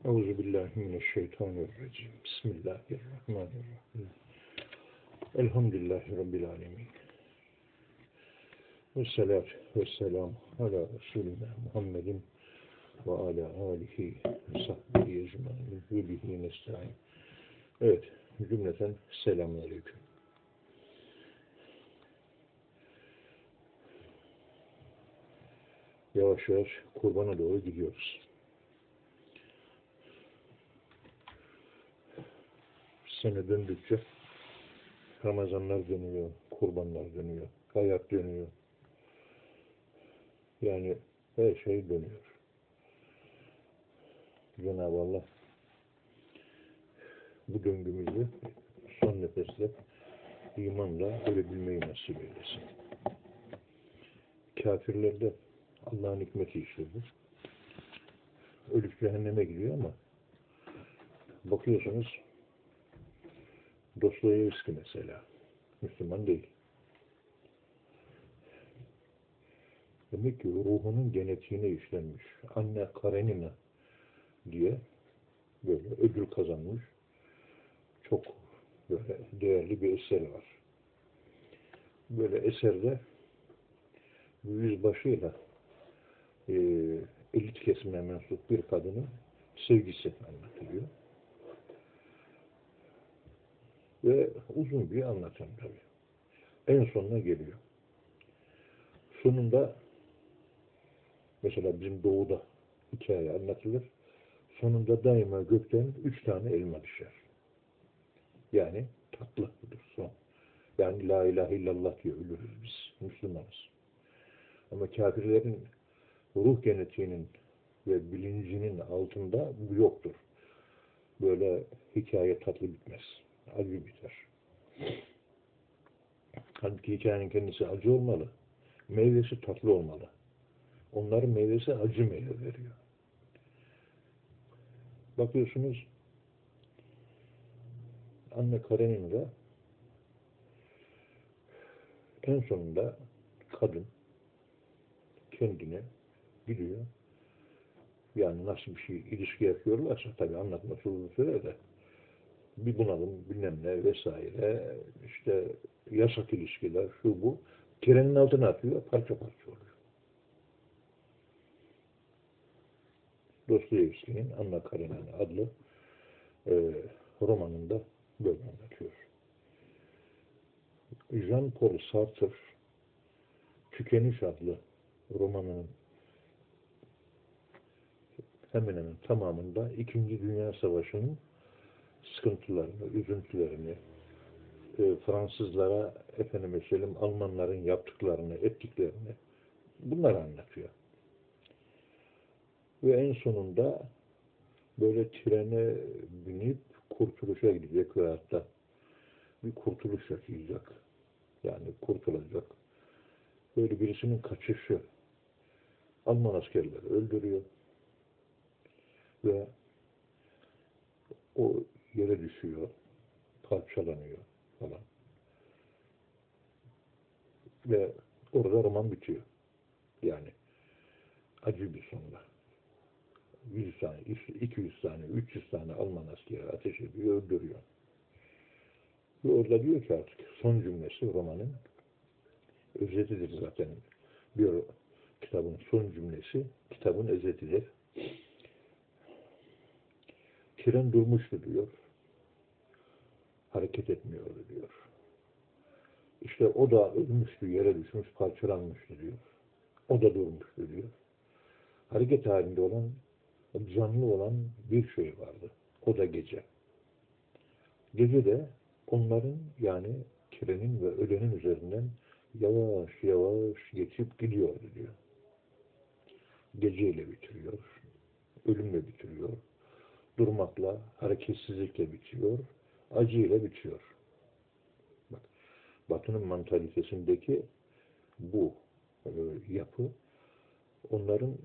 Euzubillahimineşşeytanirracim. Bismillahirrahmanirrahim. Elhamdülillahi Rabbil alemin. Vessalatu vesselam ala Resulina Muhammedin ve ala alihi ve sahbihi ecmaîn ve bihi nestaîn. Evet, cümleten selamünaleyküm. Yavaş yavaş kurbana doğru gidiyoruz. Sene döndükçe Ramazanlar dönüyor, kurbanlar dönüyor, hayat dönüyor. Yani her şey dönüyor. Cenab-ı Allah bu döngümüzü son nefesle imanla ölebilmeyi nasip eylesin. Kafirlerde Allah'ın hikmeti işte bu. Ölüp cehenneme gidiyor ama bakıyorsunuz Dostoyevski mesela Müslüman değil. Demek ki ruhunun genetiğine işlenmiş. Anna Karenina diye böyle ödül kazanmış. Çok böyle değerli bir eser var. Böyle eserde yüzbaşıyla elit kesime mensup bir kadının sevgisi anlatılıyor. Ve uzun bir anlatım tabii. En sonuna geliyor. Sonunda mesela bizim doğuda hikaye anlatılır. Sonunda daima gökten 3 tane elma düşer. Yani tatlı budur son. Yani la ilahe illallah diye ölürüz biz. Müslümanız. Ama kafirlerin ruh genetiğinin ve bilincinin altında bu yoktur. Böyle hikaye tatlı bitmez. Acı biter. Halbuki hikayenin kendisi acı olmalı. Meyvesi tatlı olmalı. Onların meyvesi acı meyve veriyor. Bakıyorsunuz Anne Karenina'da en sonunda kadın kendine gidiyor. Yani nasıl bir şey ilişki yapıyorlarsa tabii anlatması uzun süre de bir bunalım bilmem ne vesaire işte yasak ilişkiler şu bu trenin altına atıyor parça parça oluyor. Dostoyevski'nin Anna Karenina adlı romanında böyle anlatıyor. Jean-Paul Sartre Tükeniş adlı romanının hemen hemen tamamında İkinci Dünya Savaşı'nın sıkıntılarını, üzüntülerini, Fransızlara, efendime söyleyeyim, Almanların yaptıklarını, ettiklerini bunları anlatıyor. Ve en sonunda böyle trene binip kurtuluşa gidecek ve hatta bir kurtuluş yaşayacak. Yani kurtulacak. Böyle birisinin kaçışı Alman askerleri öldürüyor ve o yere düşüyor, parçalanıyor falan. Ve orada roman bitiyor. Yani acı bir sonla. 100 tane, 200 tane, 300 tane Alman askeri ateş ediyor, öldürüyor. Ve orada diyor ki artık son cümlesi romanın özetidir zaten. Bir kitabın son cümlesi kitabın özetidir. Tren durmuştu diyor. Hareket etmiyordu diyor. İşte o da ölmüştü, yere düşmüş, parçalanmıştı diyor. O da durmuştu diyor. Hareket halinde olan, canlı olan bir şey vardı. O da gece. Gece de onların yani trenin ve ölenin üzerinden yavaş yavaş geçip gidiyordu diyor. Geceyle bitiriyor, ölümle bitiriyor, durmakla, hareketsizlikle bitiyor, acıyla bitiyor. Bak, Batı'nın mantalitesindeki bu yapı onların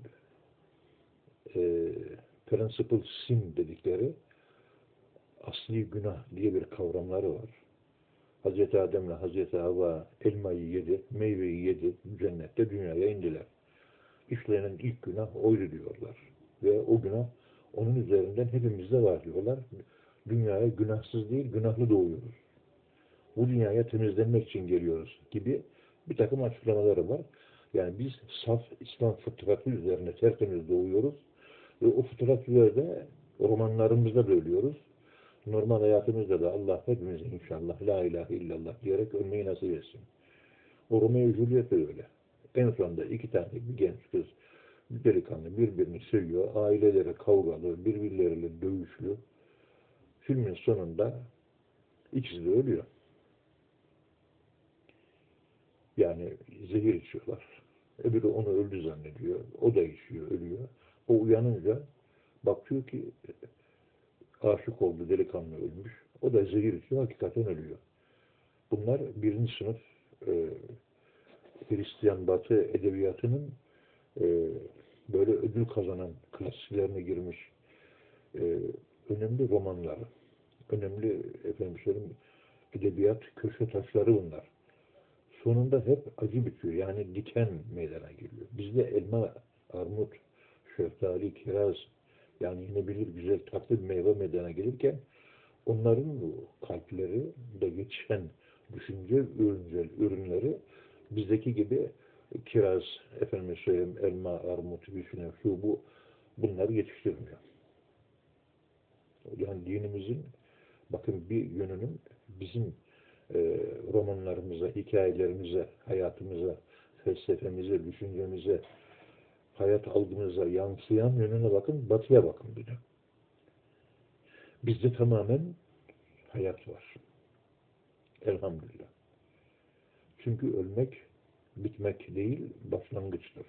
principle sin dedikleri asli günah diye bir kavramları var. Hazreti Adem'le Hazreti Havva elmayı yedi, meyveyi yedi, cennette dünyaya indiler. İşlenen ilk günah oydu diyorlar. Ve o günah Onun üzerinden hepimizde var diyorlar. Dünyaya günahsız değil, günahlı doğuyoruz. Bu dünyaya temizlenmek için geliyoruz gibi bir takım açıklamaları var. Yani biz saf İslam fıtratı üzerine tertemiz doğuyoruz ve o fıtrat üzerinde romanlarımızda da ölüyoruz. Normal hayatımızda da Allah hepimize inşallah la ilahe illallah diyerek ölmeyi nasip etsin. O Romeo Juliet de öyle. En sonunda iki tane bir genç kız, bir delikanlı birbirini seviyor. Aileleri kavgalı, birbirleriyle dövüşüyor. Filmin sonunda ikisi de ölüyor. Yani zehir içiyorlar. Öbürü onu öldü zannediyor. O da içiyor, ölüyor. O uyanınca bakıyor ki aşık oldu, delikanlı ölmüş. O da zehir içiyor, hakikaten ölüyor. Bunlar birinci sınıf Hristiyan Batı edebiyatının böyle ödül kazanan klasiklerine girmiş önemli romanları, önemli efendim söyleyeyim edebiyat köşe taşları bunlar. Sonunda hep acı bitiyor. Yani diken meydana geliyor. Bizde elma, armut, şeftali, kiraz yani yenebilir güzel tatlı bir meyve meydana gelirken onların kalpleri de geçen düşünce ürünleri bizdeki gibi kiraz, efendim söyleyeyim elma, armut, vişne, şu bu bunları yetiştirmiyor. Yani dinimizin bakın bir yönünün bizim romanlarımıza, hikayelerimize, hayatımıza, felsefemize, düşüncemize, hayat algımıza yansıyan yönüne bakın, batıya bakın bir de. Bizde tamamen hayat var. Elhamdülillah. Çünkü ölmek, bitmek değil, başlangıçtır.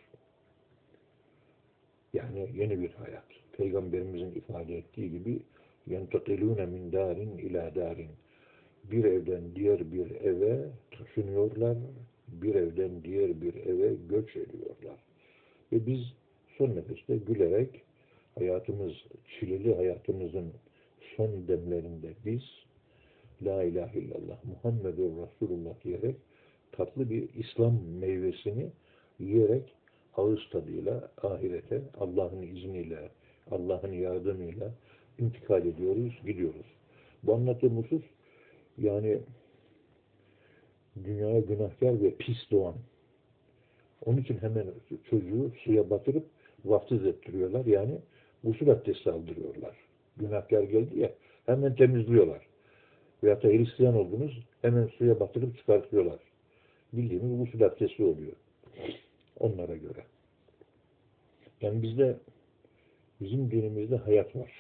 Yani yeni bir hayat. Peygamberimizin ifade ettiği gibi يَنْتَقِلُونَ مِنْ دَارٍ اِلَى دَارٍ bir evden diğer bir eve taşınıyorlar, bir evden diğer bir eve göç ediyorlar. Ve biz son nefeste gülerek hayatımız, çileli hayatımızın son demlerinde biz La ilahe illallah Muhammedur Resulullah diyerek tatlı bir İslam meyvesini yiyerek ağız tadıyla ahirete Allah'ın izniyle, Allah'ın yardımıyla intikal ediyoruz, gidiyoruz. Bu anlattığım husus yani dünyaya günahkar ve pis doğan. Onun için hemen çocuğu suya batırıp vaftiz ettiriyorlar. Yani gusül abdesti aldırıyorlar. Günahkar geldi ya hemen temizliyorlar. Veyahut da Hristiyan oldunuz hemen suya batırıp çıkartıyorlar. Bildiğimiz gusül abdesti oluyor. Onlara göre. Yani bizde bizim dinimizde hayat var.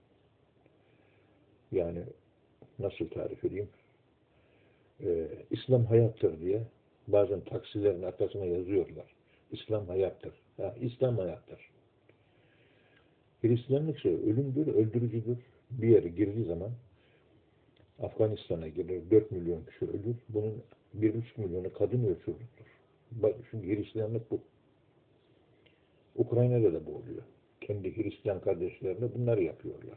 Yani nasıl tarif edeyim? İslam hayattır diye bazen taksilerin arkasına yazıyorlar. İslam hayattır. Ha, İslam hayattır. Hristiyanlık ise ölümdür, öldürücüdür. Bir yere girdiği zaman Afganistan'a girer, 4 milyon kişi ölür. Bunun 1,5 milyonu kadın ve çocuktur. Bak, çünkü Hristiyanlık bu. Ukrayna'da da bu oluyor. Kendi Hristiyan kardeşlerine bunları yapıyorlar.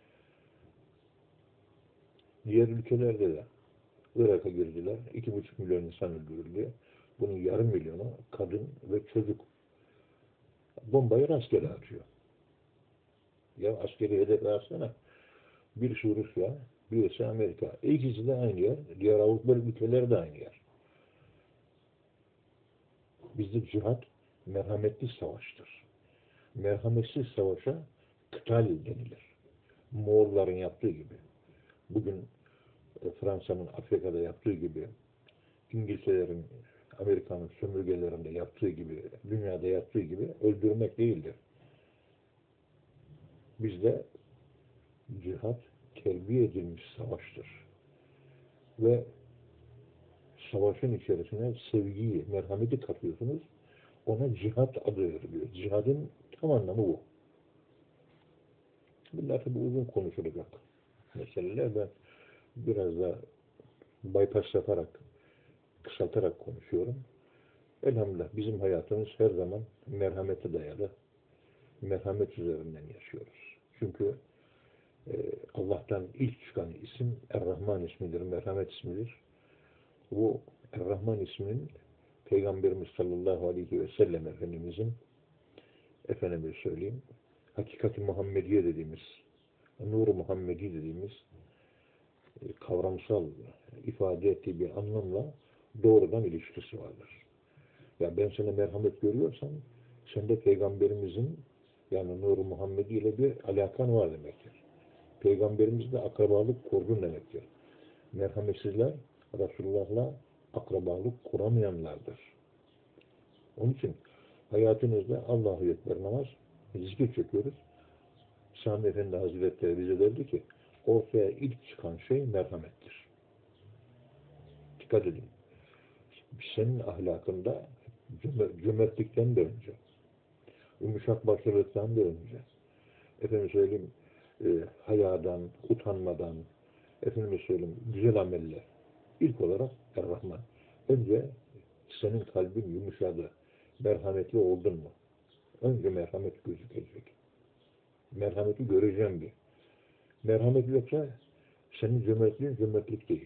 Diğer ülkelerde de Irak'a girdiler. 2,5 milyon insan öldürüldü. Bunun yarım milyonu kadın ve çocuk. Bombayı rastgele atıyor. Ya askeri hedef versene. Birisi Rusya, birisi Amerika. İkisi de aynı yer. Diğer Avrupa ülkeleri de aynı yer. Bizde cihat merhametli savaştır. Merhametsiz savaşa kıtal denilir. Moğolların yaptığı gibi. Bugün Fransa'nın Afrika'da yaptığı gibi, İngilizlerin, Amerika'nın sömürgelerinde yaptığı gibi, dünyada yaptığı gibi öldürmek değildir. Bizde cihat terbiye edilmiş savaştır. Ve savaşın içerisine sevgiyi, merhameti katıyorsunuz. Ona cihat adı veriliyor. Cihadın tam anlamı bu. Bunlar tabi uzun konuşulacak meseleler. Ben biraz da bypass yaparak, kısaltarak konuşuyorum. Elhamdülillah bizim hayatımız her zaman merhamete dayalı. Merhamet üzerinden yaşıyoruz. Çünkü Allah'tan ilk çıkan isim Er-Rahman ismidir, merhamet ismidir. Bu Er-Rahman isminin Peygamberimiz sallallahu aleyhi ve sellem Efendimizin efendime söyleyeyim hakikati Muhammediye dediğimiz, Nur-u Muhammedi dediğimiz kavramsal ifade ettiği bir anlamla doğrudan ilişkisi vardır. Ya ben sana merhamet görüyorsam sende Peygamberimizin yani Nur-u Muhammedi ile bir alakan var demektir. Peygamberimizle akrabalık kurdun demektir. Merhametsizler Resulullah'la akrabalık kuramayanlardır. Onun için hayatınızda Allahu Ekber namaz, zikir çekiyoruz. Sami Efendi Hazretleri bize derdi ki ortaya ilk çıkan şey merhamettir. Dikkat edin. Senin ahlakında cömertlikten de önce, yumuşak başlılıktan da önce, efendim söyleyeyim, hayadan, utanmadan, efendim söyleyeyim, güzel ameller. İlk olarak Er-Rahman. Önce senin kalbin yumuşadı. Merhametli oldun mu? Önce merhamet gözükecek. Merhameti göreceğim bir. Merhamet yoksa senin cömertliğin cömertlik değil.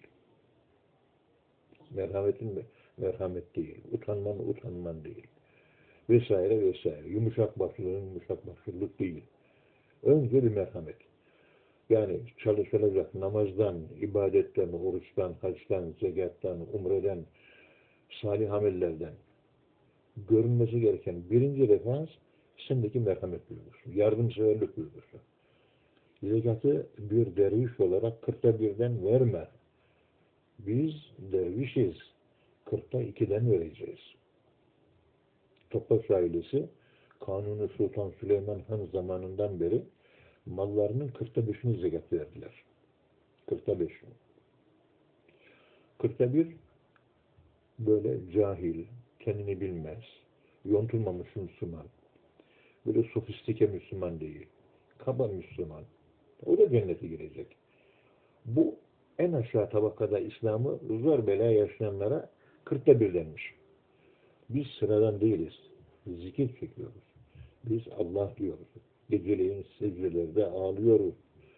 Merhametin merhamet değil. Utanman utanman değil. Vesaire vesaire. Yumuşak başlılığın yumuşak başlılık değil. Önce bir merhamet. Yani çalışılacak namazdan, ibadetten, oruçtan, haçtan, zekattan, umreden, salih amellerden görünmesi gereken birinci refans sendeki merhamet duygusu, yardımseverlik duygusu. Zekatı bir derviş olarak 40'ta birden verme. Biz dervişiz. 40'ta 2'den vereceğiz. Topbaş ailesi Kanuni Sultan Süleyman Han zamanından beri mallarının 40'ta 5'ini zekat verdiler. 40'ta 5'ini. 40'ta 1 böyle cahil, kendini bilmez, yontulmamış Müslüman, böyle sofistike Müslüman değil, kaba Müslüman. O da cennete girecek. Bu en aşağı tabakada İslam'ı zor bela yaşayanlara 40'ta 1 denmiş. Biz sıradan değiliz. Zikir çekiyoruz. Biz Allah diyoruz. Geceleyin secdelerde ağlıyoruz.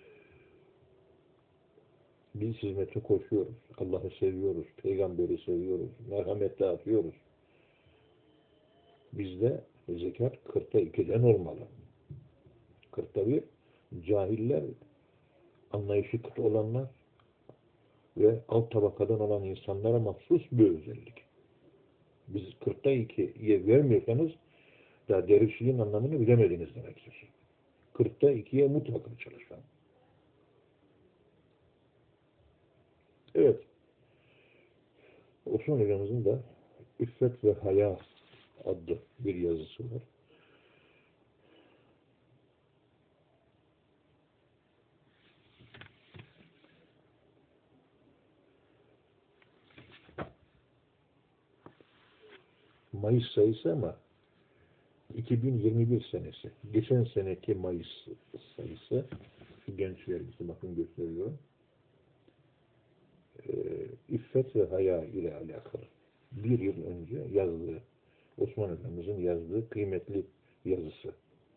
Biz hizmete koşuyoruz. Allah'ı seviyoruz. Peygamberi seviyoruz. Merhamet dağıtıyoruz. Bizde zekat 40'ta 2'den olmalı. 40'ta 1 cahiller, anlayışı kıt olanlar ve alt tabakadan olan insanlara mahsus bir özellik. Biz 40'ta 2'ye vermiyorsanız daha dervişliğin anlamını bilemediniz demektir. 40'ta 2'ye mutlaka çalışan. Evet. Osman Hocamızın da İffet ve Haya adlı bir yazısı var. Mayıs sayısı ama 2021 senesi. Geçen seneki Mayıs sayısı. Şu genç vergisi bakın gösteriyor. İffet ve Haya ile alakalı. Bir yıl önce yazdığı, Osman Efendimiz'in yazdığı kıymetli yazısı.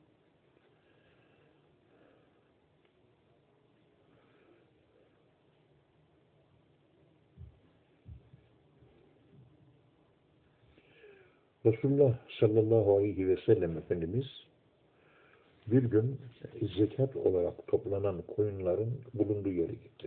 Resulullah sallallahu aleyhi ve sellem Efendimiz bir gün zekat olarak toplanan koyunların bulunduğu yere gitti.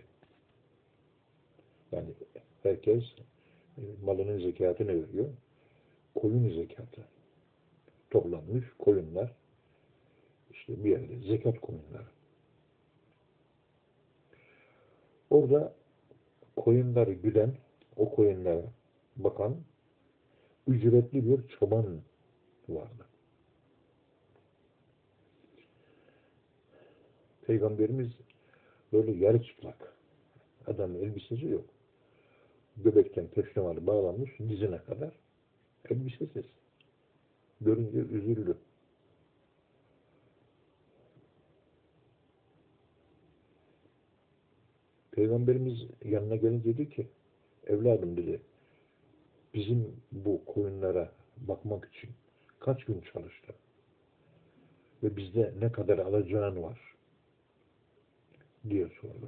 Yani herkes malının zekatını veriyor. Koyun zekatı. Toplanmış koyunlar işte bir yerde zekat koyunları. Orada koyunları güden, o koyunlara bakan ücretli bir çoban vardı. Peygamberimiz böyle yarı çıplak. Adamın elbisesi yok. Göbekten peştemalı bağlanmış dizine kadar elbisesiz. Görünce üzüldü. Peygamberimiz yanına gelince dedi ki evladım dedi bizim bu koyunlara bakmak için kaç gün çalıştı ve bizde ne kadar alacağın var diye sordu.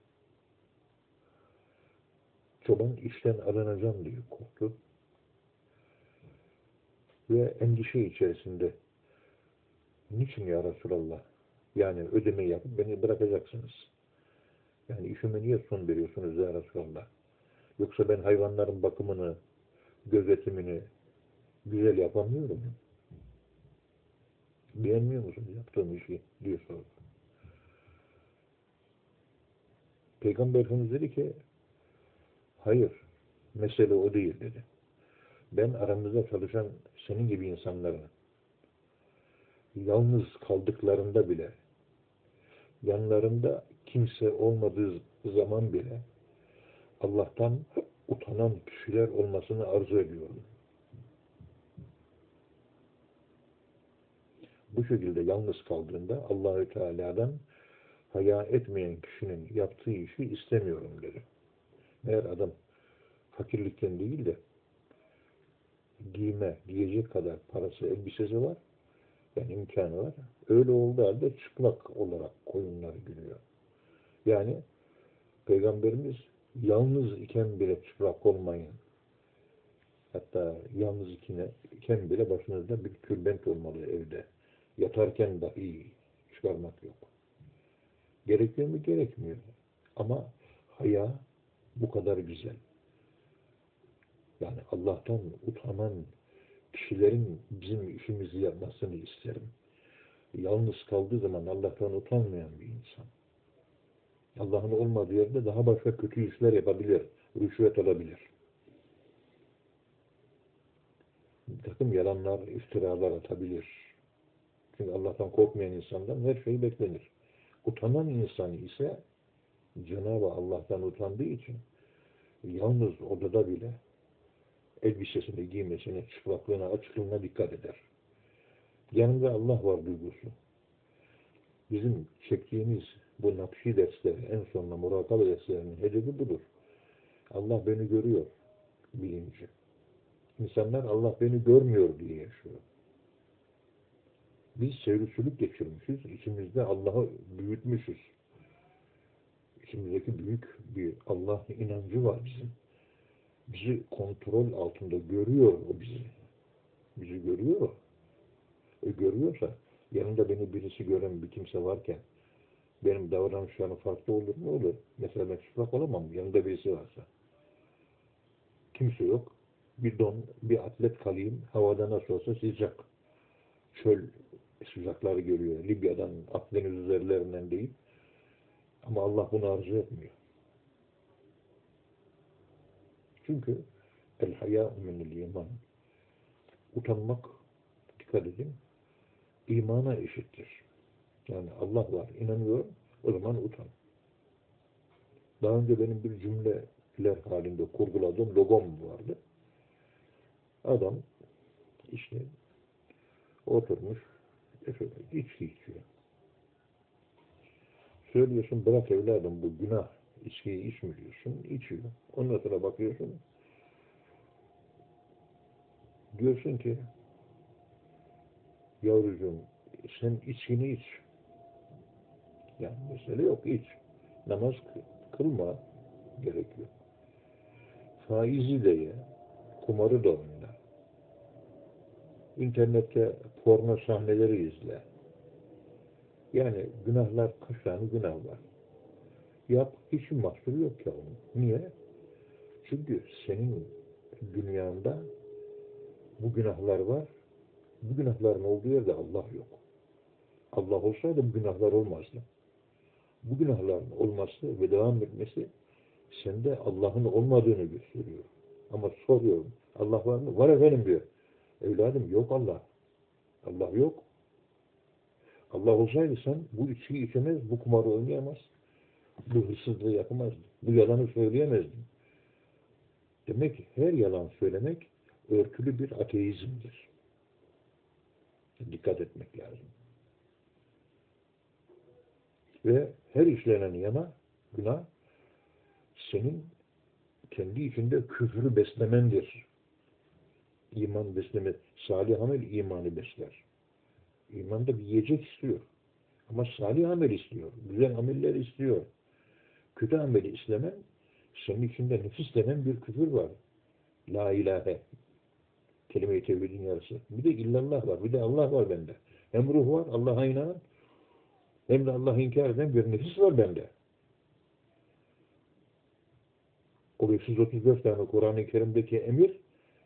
Çoban işten alınacağım diye korktu ve endişe içerisinde Niçin ya Resulallah? Yani ödemeyi yapıp beni bırakacaksınız. Yani işime niye son veriyorsunuz ya Resulallah? Yoksa ben hayvanların bakımını, gözetimini güzel yapamıyorum. Beğenmiyor musunuz yaptığım işi? Diye sordu. Peygamber Efendimiz dedi ki, hayır, mesele o değil dedi. Ben aramızda çalışan senin gibi insanların yalnız kaldıklarında bile, yanlarında kimse olmadığı zaman bile Allah'tan utanan kişiler olmasını arzu ediyorum. Bu şekilde yalnız kaldığında Allahü Teala'dan haya etmeyen kişinin yaptığı işi istemiyorum dedi. Eğer adam fakirlikten değil de giyecek kadar parası, elbisesi var, yani imkanı var. Öyle olduğu halde çıplak olarak koyunları gülüyor. Yani Peygamberimiz yalnız iken bile çıplak olmayın. Hatta yalnız iken bile başınızda bir tülbent olmalı evde. Yatarken dahi çıkarmak yok. Gerekiyor mu? Gerekmiyor. Ama haya bu kadar güzel. Yani Allah'tan utanan kişilerin bizim işimizi yapmasını isterim. Yalnız kaldığı zaman Allah'tan utanmayan bir insan. Allah'ın olmadığı yerde daha başka kötü işler yapabilir. Rüşvet alabilir. Bir takım yalanlar, iftiralar atabilir. Çünkü Allah'tan korkmayan insandan her şey beklenir. Utanan insan ise Cenab-ı Allah'tan utandığı için yalnız odada bile elbisesini giymesine, çıplaklığına, açıklığına dikkat eder. Yanında Allah var duygusu. Bizim çektiğimiz bu nakşi dersleri, en sonunda murakabe derslerinin hedefi budur. Allah beni görüyor bilinci. İnsanlar Allah beni görmüyor diye yaşıyor. Biz seyrisülük geçirmişiz. İçimizde Allah'ı büyütmüşüz. İçimizdeki büyük bir Allah inancı var bizim. Bizi kontrol altında görüyor o bizi. Bizi görüyor. Görüyorsa yanında beni birisi gören bir kimse varken benim davranışlarım farklı olur mu? Olur. Mesela ben çıplak olamam. Yanında birisi varsa. Kimse yok. Bir don, bir atlet kalayım. Havada nasıl olsa sıcak. Çöl sıcakları görüyor. Libya'dan, Akdeniz üzerlerinden değil. Ama Allah bunu arzu etmiyor. Çünkü el-hayâ minel iman. Utanmak, dikkat edin, imana eşittir. Yani Allah var, inanıyorum, o zaman utan. Daha önce benim bir cümleler halinde kurguladığım logom vardı. Adam işte oturmuş, içki içiyor. Söylüyorsun, bırak evladım bu günah, içkiyi içme diyorsun, içiyor. Ondan sonra bakıyorsun, diyorsun ki, yavrucuğum sen içkini iç. Yani mesele yok, iç. Namaz kılma gerekiyor. Faizi de ye, kumarı da oyna. İnternette porno sahneleri izle. Yani günahlar, kaç tane günah var. Yap, hiç mahsuru yok ya onun. Niye? Çünkü senin dünyanda bu günahlar var. Bu günahların olduğu yerde Allah yok. Allah olsaydı bu günahlar olmazdı. Bu günahların olması ve devam etmesi sende Allah'ın olmadığını gösteriyor. Ama soruyorum, Allah var mı? Var efendim diyor. Evladım yok Allah. Allah yok. Allah olsaydı sen bu içkiyi içemez, bu kumarı oynayamaz, bu hırsızlığı yapamazdın, bu yalanı söyleyemezdin. Demek ki her yalan söylemek örtülü bir ateizmdir. Dikkat etmek lazım. Ve her işlenen günah senin kendi içinde küfrü beslemendir. İman besleme, salih amel imanı besler. İman da bir yiyecek istiyor. Ama salih amel istiyor. Güzel ameller istiyor. Kötü ameli istemen, senin içinde nefis denen bir küfür var. La ilahe Kelime-i tevhidin yarısı. Bir de illallah var. Bir de Allah var bende. Hem ruh var, Allah'a inanan, hem de Allah'ı inkar eden bir nefis var bende. O 534 tane Kur'an-ı Kerim'deki emir,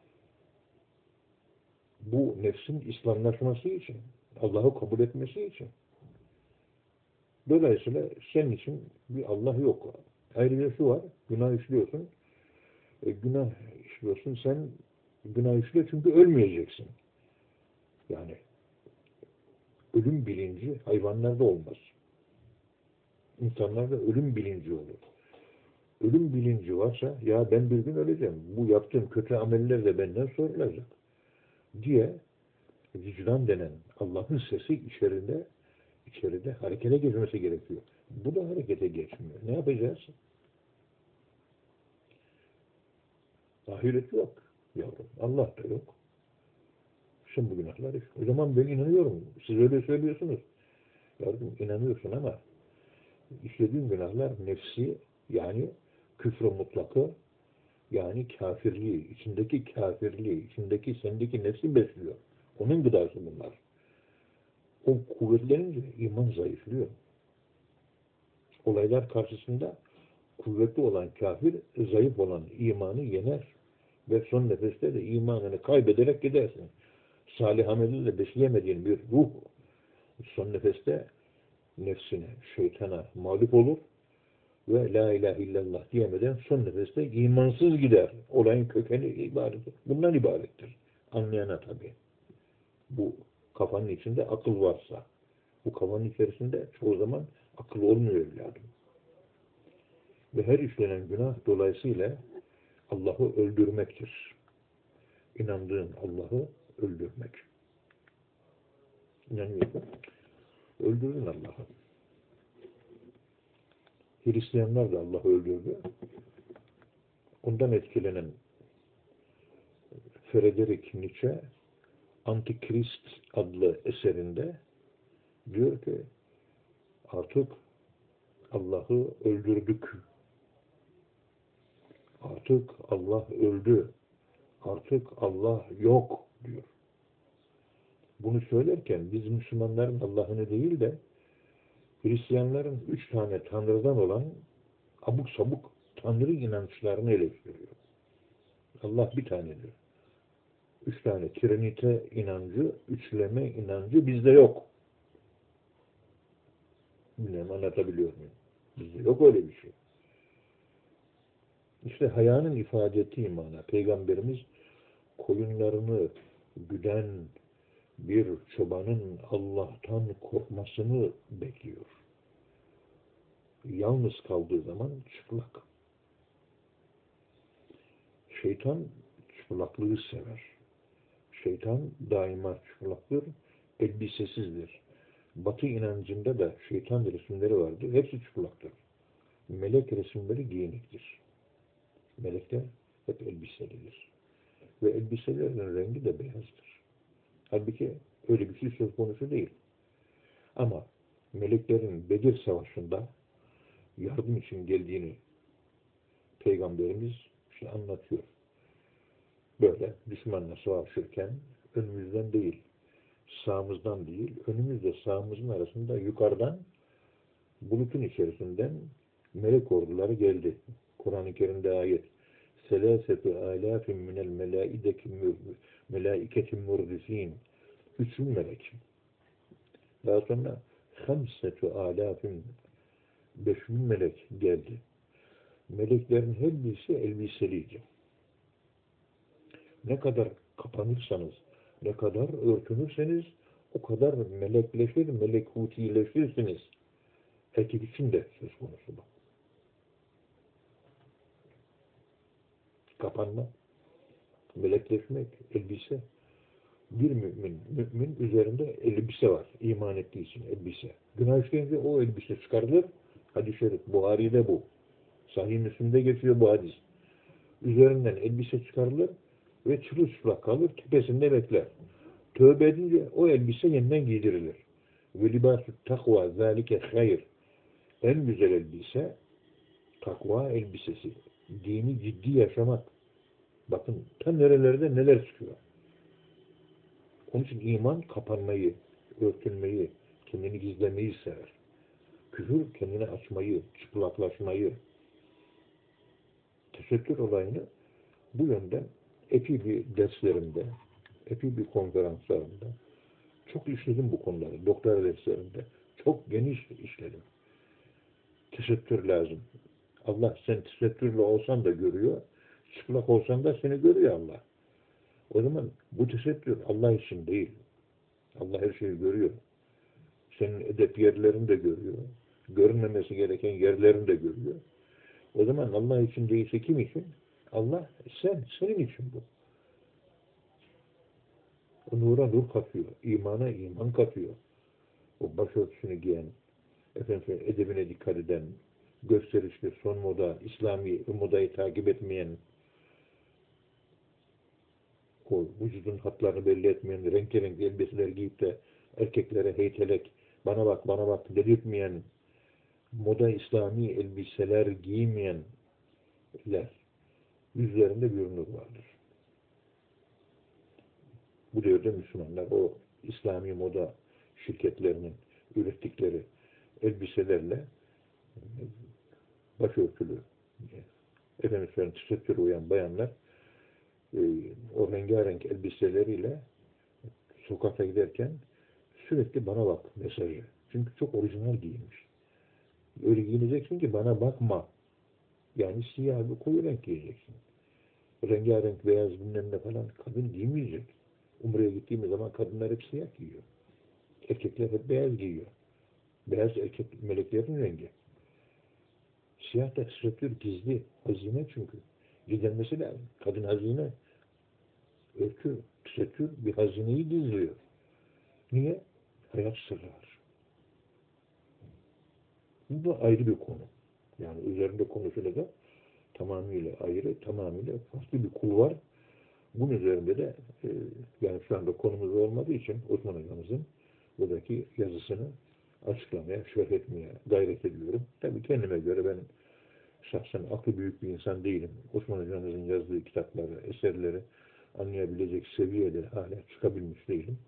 bu nefsin İslamlaşması için, Allah'ı kabul etmesi için. Dolayısıyla senin için bir Allah yok. Ayrıca şu var, günah işliyorsun. Günah işliyorsun, sen günah işliyor çünkü ölmeyeceksin. Yani ölüm bilinci hayvanlarda olmaz. İnsanlarda ölüm bilinci olur. Ölüm bilinci varsa, ya ben bir gün öleceğim, bu yaptığım kötü ameller de benden sorulacak diye vicdan denen Allah'ın sesi içeride harekete geçmesi gerekiyor. Bu da harekete geçmiyor. Ne yapacağız? Ahiret yok yavrum. Allah da yok. Şimdi bu günahlar yok. O zaman ben inanıyorum. Siz öyle söylüyorsunuz. Yavrum inanıyorsun ama işlediğin günahlar nefsi, yani küfrü mutlakı, yani kafirliği, içindeki kafirliği, içindeki sendeki nefsi besliyor. Onun gıdası bunlar. O kuvvetlenince iman zayıflıyor. Olaylar karşısında kuvvetli olan kafir, zayıf olan imanı yener. Ve son nefeste de imanını kaybederek gidersin. Salih amellerle besleyemediğin bir ruh, son nefeste nefsine, şeytana mağlup olur ve la ilahe illallah diyemeden son nefeste imansız gider. Olayın kökeni ibaret. Bundan ibarettir. Anlayana tabii. Bu kafanın içinde akıl varsa. Bu kafanın içerisinde çoğu zaman akıl olmuyor evladım. Ve her işlenen günah dolayısıyla Allah'ı öldürmektir. İnandığın Allah'ı öldürmek. İnanıyorsun. Öldürdün Allah'ı. Hristiyanlar da Allah'ı öldürdü. Ondan etkilenen Friedrich Nietzsche Antikrist adlı eserinde diyor ki artık Allah'ı öldürdük. Artık Allah öldü. Artık Allah yok diyor. Bunu söylerken biz Müslümanların Allah'ını değil de Hristiyanların 3 tane tanrıdan olan abuk sabuk tanrı inançlarını eleştiriyor. Allah bir tanedir. 3 tane trinite inancı, üçleme inancı bizde yok. Bilmiyorum anlatabiliyor muyum? Bizde yok öyle bir şey. İşte hayanın ifade ettiği imana. Peygamberimiz koyunlarını güden bir çobanın Allah'tan korkmasını bekliyor. Yalnız kaldığı zaman çıplak. Şeytan çıplaklığı sever. Şeytan daima çıplaktır, elbisesizdir. Batı inancında da şeytan resimleri vardır. Hepsi çıplaktır. Melek resimleri giyiniktir. Melekler hep elbiselidir. Ve elbiselerin rengi de beyazdır. Halbuki öyle bir şey söz konusu değil. Ama meleklerin Bedir Savaşı'nda yardım için geldiğini Peygamberimiz işte anlatıyor. Böyle düşmanla savaşırken önümüzden değil, sağımızdan değil, önümüzle sağımızın arasında yukarıdan bulutun içerisinden melek orduları geldi. Kur'an-ı Kerim'de ayet. Selâsetü âlâfin minel melâiketin murdifîn. 3.000 melek. Daha sonra hamsetü âlâfin 5.000 melek geldi. Meleklerin her birisi elbiseliydi. Ne kadar kapanırsanız, ne kadar örtünürseniz o kadar melekleşir, melekutileşirsiniz. Erkek için de söz konusu bu. Kapanma, melekleşmek, elbise. Bir mümin üzerinde elbise var. İman ettiği için elbise. Günah işleyince o elbise çıkarılır. Hadis-i şerif, Buhari'de bu. Sahih Müslim'de geçiyor bu hadis. Üzerinden elbise çıkarılır ve çırılçıplak kalır, tepesinde bekler. Tövbe edince o elbise yeniden giydirilir. Ve libâsü takva zâlike hayır. En güzel elbise takva elbisesi. Dini ciddi yaşamak. Bakın ta nerelerde neler çıkıyor. Onun için iman kapanmayı, örtünmeyi, kendini gizlemeyi sever. Küfür kendini açmayı, çıplaklaşmayı, tesettür olayını bu yönden epey bir derslerimde, epey bir konferanslarımda çok işledim bu konuları. Doktora derslerinde çok geniş işledim. Tesettür lazım. Allah sen tesettürlü olsan da görüyor, çıplak olsan da seni görüyor Allah. O zaman bu tesettür Allah için değil. Allah her şeyi görüyor. Senin edep yerlerini de görüyor. Görünmemesi gereken yerlerini de görüyor. O zaman Allah için değilse kim için? Allah senin için bu. O nura nur katıyor. İmana iman katıyor. O başörtüsünü giyen, efendim edebine dikkat eden, gösterişli, son moda, İslami modayı takip etmeyen, o vücudun hatlarını belli etmeyen, renk elbiseler giyip de erkeklere heytelek, bana bak dedirtmeyen, moda İslami elbiseler giymeyenler, yüzlerinde bir nur vardır. Bu devirde Müslümanlar o İslami moda şirketlerinin ürettikleri elbiselerle başörtülü, efendim tesettüre uyan bayanlar o rengarenk elbiseleriyle sokakta giderken sürekli bana bak mesajı. Çünkü çok orijinal giyinmiş. Öyle giyineceksin ki bana bakma. Yani siyah bir koyu renk giyeceksin. Rengarenk beyaz bilmem ne falan kadın giymeyecek. Umre'ye gittiğimiz zaman kadınlar hep siyah giyiyor. Erkekler hep beyaz giyiyor. Beyaz erkek meleklerin rengi. Siyah da tesettür gizli. Hazine çünkü. Gizlenmesi lazım. Kadın hazine. Örtü, tesettür bir hazineyi gizliyor. Niye? Hayat sırrı var. Bu da ayrı bir konu. Yani üzerinde konuşulacak tamamıyla ayrı, tamamıyla farklı bir kul var. Bunun üzerinde de yani şu anda konumuz olmadığı için Osman Hocamızın buradaki yazısını açıklamaya, şerh etmeye gayret ediyorum. Tabii kendime göre ben şahsen aklı büyük bir insan değilim. Osman Hocamızın yazdığı kitapları, eserleri anlayabilecek seviyede hala çıkabilmiş değilim.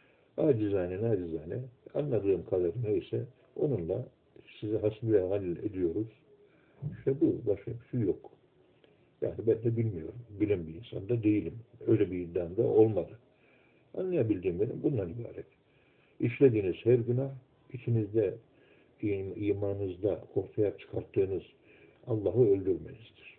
Nacizane anladığım kadarıyla neyse onunla size hasbihal ediyoruz. İşte bu. Başka bir şey yok. Yani ben de bilmiyorum. Bilen bir insan da değilim. Öyle bir iddiam da olmadı. Anlayabildiğim benim bundan ibaret. İşlediğiniz her günah içinizde, imanınızda ortaya çıkarttığınız Allah'ı öldürmenizdir.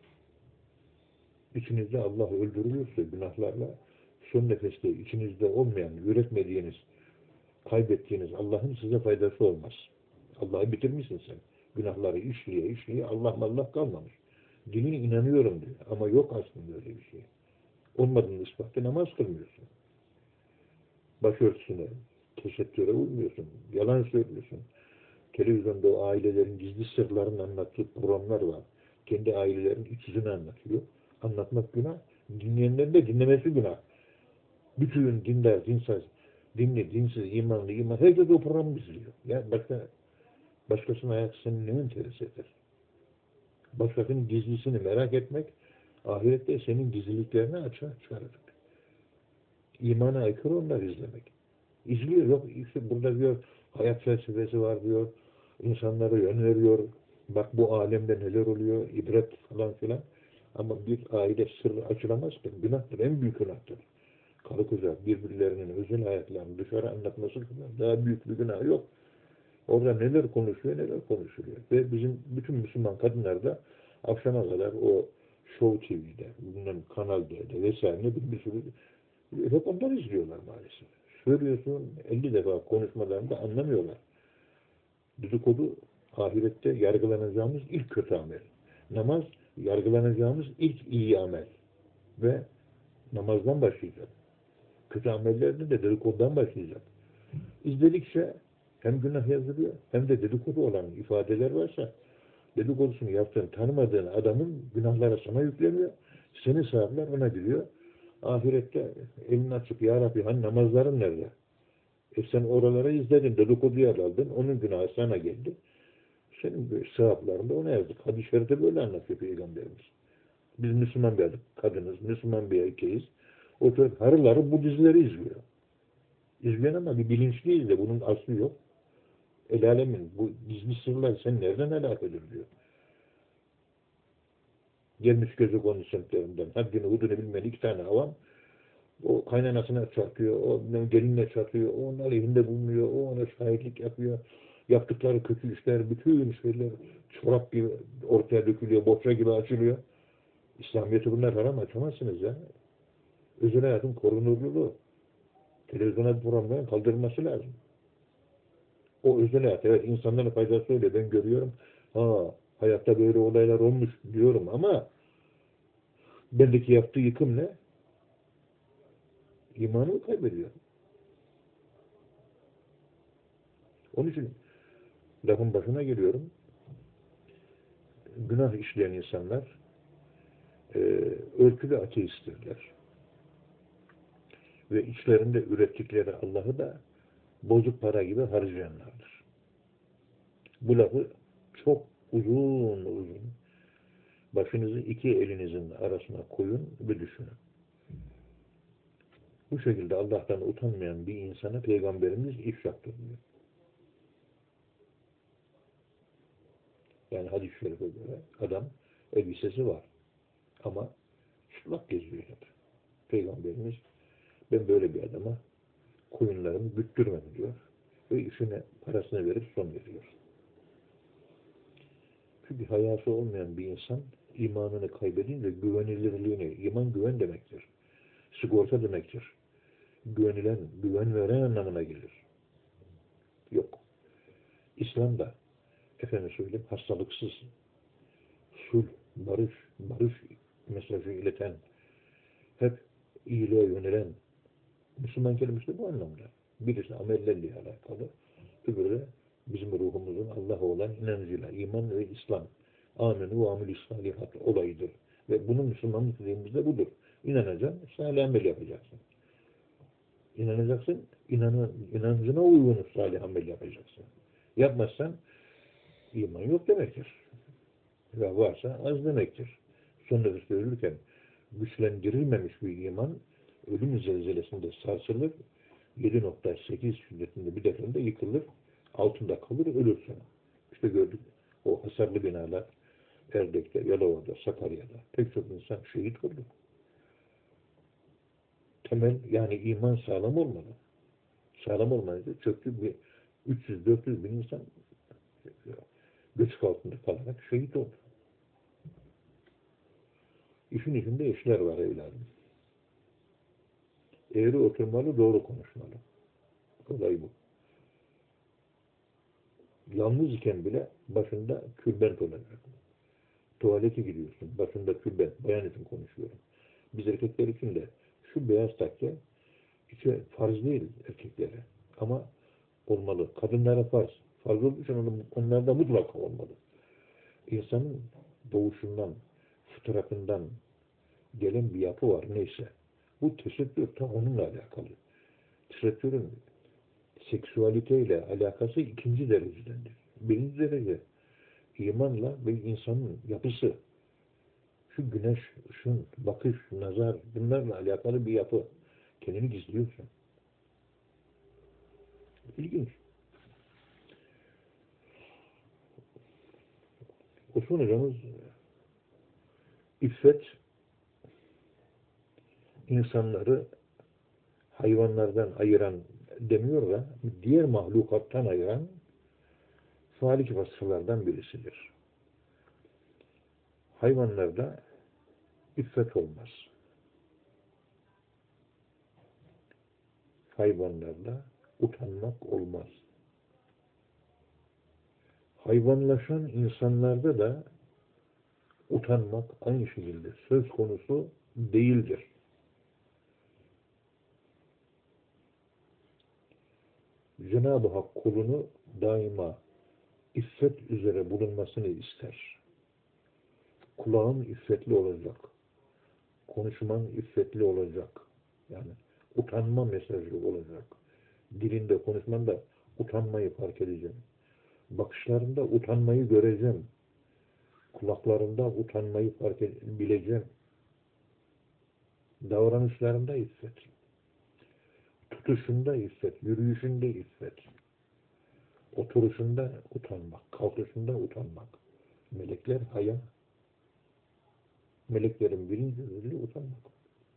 İçinizde Allah öldürülürse günahlarla son nefeste içinizde olmayan, üretmediğiniz, kaybettiğiniz Allah'ın size faydası olmaz. Allah'ı bitirmişsin sen. Günahları işleye Allah kalmamış. Diline inanıyorum diyor. Ama yok aslında öyle bir şey. Olmadığını ispatı namaz kılmıyorsun. Başörtüsüne, tesettüre uymuyorsun. Yalan söylüyorsun. Televizyonda o ailelerin gizli sırlarını anlattığı programlar var. Kendi ailelerin iç yüzünü anlatıyor. Anlatmak günah. Dinleyenlerin de dinlemesi günah. Bütün dindar, dinli, dinsiz, imanlı, herkes o programı izliyor. Yani başkasının hayatı senin ne enteres eder? Başkasının gizlisini merak etmek, ahirette senin gizliliklerini açığa çıkarır. İmana aykırı onları izlemek. İzliyor, yok işte burada diyor, hayat felsefesi var diyor, insanlara yön veriyor, bak bu alemde neler oluyor, ibret falan filan. Ama bir aile sırrı açılamaz ki, günahtır, en büyük günahtır. Karı koca birbirlerinin özel hayatlarını dışarı anlatması kadar daha büyük bir günah yok. Orada neler konuşuluyor. Ve bizim bütün Müslüman kadınlar da akşama kadar o Show TV'de, bunların Kanal D'de vesaire bir sürü hep onları izliyorlar maalesef. Söylüyorsun 50 defa konuşmalarında anlamıyorlar. Dedikodu ahirette yargılanacağımız ilk kötü amel. Namaz yargılanacağımız ilk iyi amel. Ve namazdan başlayacak. Kötü amellerde de dedikodudan başlayacak. İzledikçe hem günah yazılıyor hem de dedikodu olan ifadeler varsa dedikodusunu yaptığın, tanımadığın adamın günahları sana yükleniyor. Seni sağırlar, ona biliyor. Ahirette elini açıp ya Rabbi hani namazların nerede? Sen oralara izledin, dedikoduyu aldın, onun günahı sana geldi. Senin sevaplarında ona yazdık. Hadis-i Şerif'te böyle anlatıyor Peygamberimiz. Biz Müslüman bir kadınız, Müslüman bir erkeğiz. Oturup harıları bu dizileri izliyor. İzliyorsun ama bir bilinçliyiz de bunun aslı yok. El alemin bu gizli sırlar sen nereden helak edilir diyor. Gelmiş gözü konu semtlerinden. Haddini hudunu bilmeyen iki tane avam o kaynanasına çarpıyor, o gelinle çarpıyor, o onun aleyhinde bulunuyor, o ona şahitlik yapıyor. Yaptıkları kötü işler, bütün şeyler çorap gibi ortaya dökülüyor, bohça gibi açılıyor. İslamiyet'i bunlar haram açamazsınız ya. Özel hayatın korunurluluğu. Televizyona programların kaldırılması lazım. O özel hayat, evet insanların faydası öyle, ben görüyorum. Ha, hayatta böyle olaylar olmuş diyorum ama bendeki yaptığı yıkım ne? İmanımı kaybediyor. Onun için lafın başına geliyorum. Günah işleyen insanlar e, örtülü ateisttirler. Ve içlerinde ürettikleri Allah'ı da bozuk para gibi harcayanlardır. Bu lafı çok uzun başınızı iki elinizin arasına koyun ve düşünün. Bu şekilde Allah'tan utanmayan bir insana Peygamberimiz ifşaktır diyor. Yani hadis-i şerife göre adam elbisesi var ama çıplak geziyor hep. Peygamberimiz ben böyle bir adama koyunlarımı güttürmem diyor ve işine parasını verip son veriyor. Çünkü hayası olmayan bir insan imanını kaybedince güvenilirliğini, iman güven demektir. Sigorta demektir. Güvenilen, güven veren anlamına gelir. Yok. İslam'da efendim söyleyeyim hastalıksız, sulh, barış mesajı ileten, hep iyiliğe yönelen Müslüman kelimesi de bu anlamda. Birisi amellerle alakalı, öbürü de bizim ruhumuzun Allah'a olan inancıyla, iman ve İslam. Amenü ve amilü salihat olayıdır. Ve bunun Müslümanlık dediğimizde budur. İnanacaksın, salih amel yapacaksın. İnanacaksın, inancına uygun salih amel yapacaksın. Yapmazsan iman yok demektir. Ve varsa az demektir. Son nefeste ölürken güçlendirilmemiş bir iman ölüm zelzelesinde sarsılır, 7.8 şiddetinde bir depremde yıkılır, altında kalır, ölürsün. İşte gördük o hasarlı binalar Erdek'te, Yalova'da, Sakarya'da pek çok insan şehit oldu. Temel yani iman sağlam olmalı. Sağlam olmayınca çöktü bir 300-400 bin insan göçük altında kalarak şehit oldu. İşin içinde işler var evladım. Eğri oturmalı, doğru konuşmalı. Olay bu. Yalnız iken bile başında külbent olacak. Tuvalete gidiyorsun, başında külbent. Bayan için konuşuyorum. Biz erkekler için de şu beyaz takke hiç farz değil erkeklere. Ama olmalı. Kadınlara farz. Farz olduğu için onlarda mutlaka olmalı. İnsanın doğuşundan, fıtratından gelen bir yapı var neyse. Bu tesettür tam onunla alakalı. Tesettürün seksüaliteyle alakası ikinci derecedendir. Birinci derece imanla ve insanın yapısı. Şu güneş, ışın, bakış, nazar bunlarla alakalı bir yapı. Kendini gizliyorsun. İlginç. Osman hocamız İffet insanları hayvanlardan ayıran demiyor da diğer mahlukattan ayıran salik vasıflardan birisidir. Hayvanlarda iffet olmaz. Hayvanlarda utanmak olmaz. Hayvanlaşan insanlarda da utanmak aynı şekilde söz konusu değildir. Cenab-ı Hak kulunu daima iffet üzere bulunmasını ister. Kulağın iffetli olacak. Konuşman iffetli olacak. Yani utanma mesajı olacak. Dilinde, konuşmanda utanmayı fark edeceğim. Bakışlarında utanmayı göreceğim. Kulaklarında utanmayı bileceğim. Davranışlarında iffet. tutuşunda iffet, yürüyüşünde iffet, oturuşunda utanmak, kalkışında utanmak. Melekler haya. Meleklerin birinci özelliği utanmak.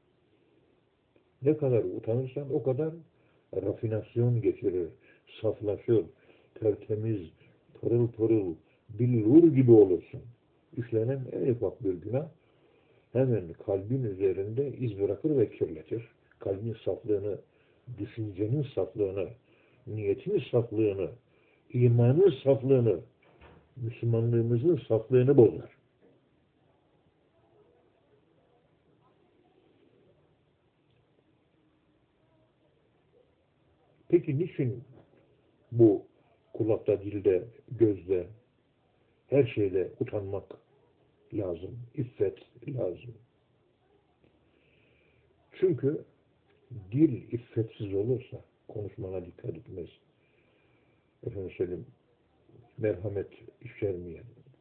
Ne kadar utanırsan o kadar rafinasyon geçirir, saflaşır, tertemiz, pırıl pırıl, billur gibi olursun. İşlenen en ufak bir günah hemen kalbin üzerinde iz bırakır ve kirletir. Kalbin saflığını, düşüncenin saflığını, niyetin saflığını, imanın saflığını, Müslümanlığımızın saflığını bozar. Peki niçin bu kulakta, dilde, gözde, her şeyde utanmak lazım, iffet lazım? Çünkü dil iffetsiz olursa konuşmana dikkat etmez. Efendim söyleyeyim, merhamet içermeyen,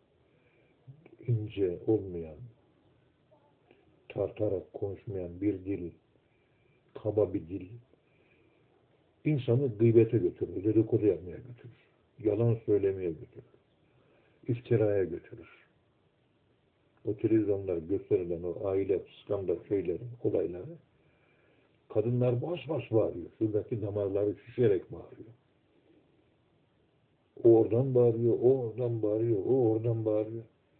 ince olmayan, tartarak konuşmayan bir dil, kaba bir dil, insanı gıybete götürür, dedikodu yapmaya götürür, yalan söylemeye götürür, iftiraya götürür. O televizyonlar gösterilen o aile skandal şeyleri, olayları, kadınlar bas bas bağırıyor. Şuradaki damarları şişerek bağırıyor. O oradan bağırıyor, o oradan bağırıyor, o oradan bağırıyor.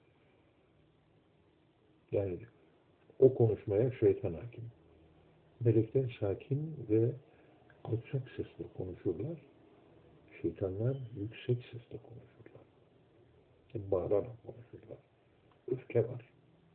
Yani o konuşmaya şeytan hakim. Melekler sakin ve alçak sesle konuşurlar. Şeytanlar yüksek sesle konuşurlar. Bağırarak konuşurlar. Öfke var.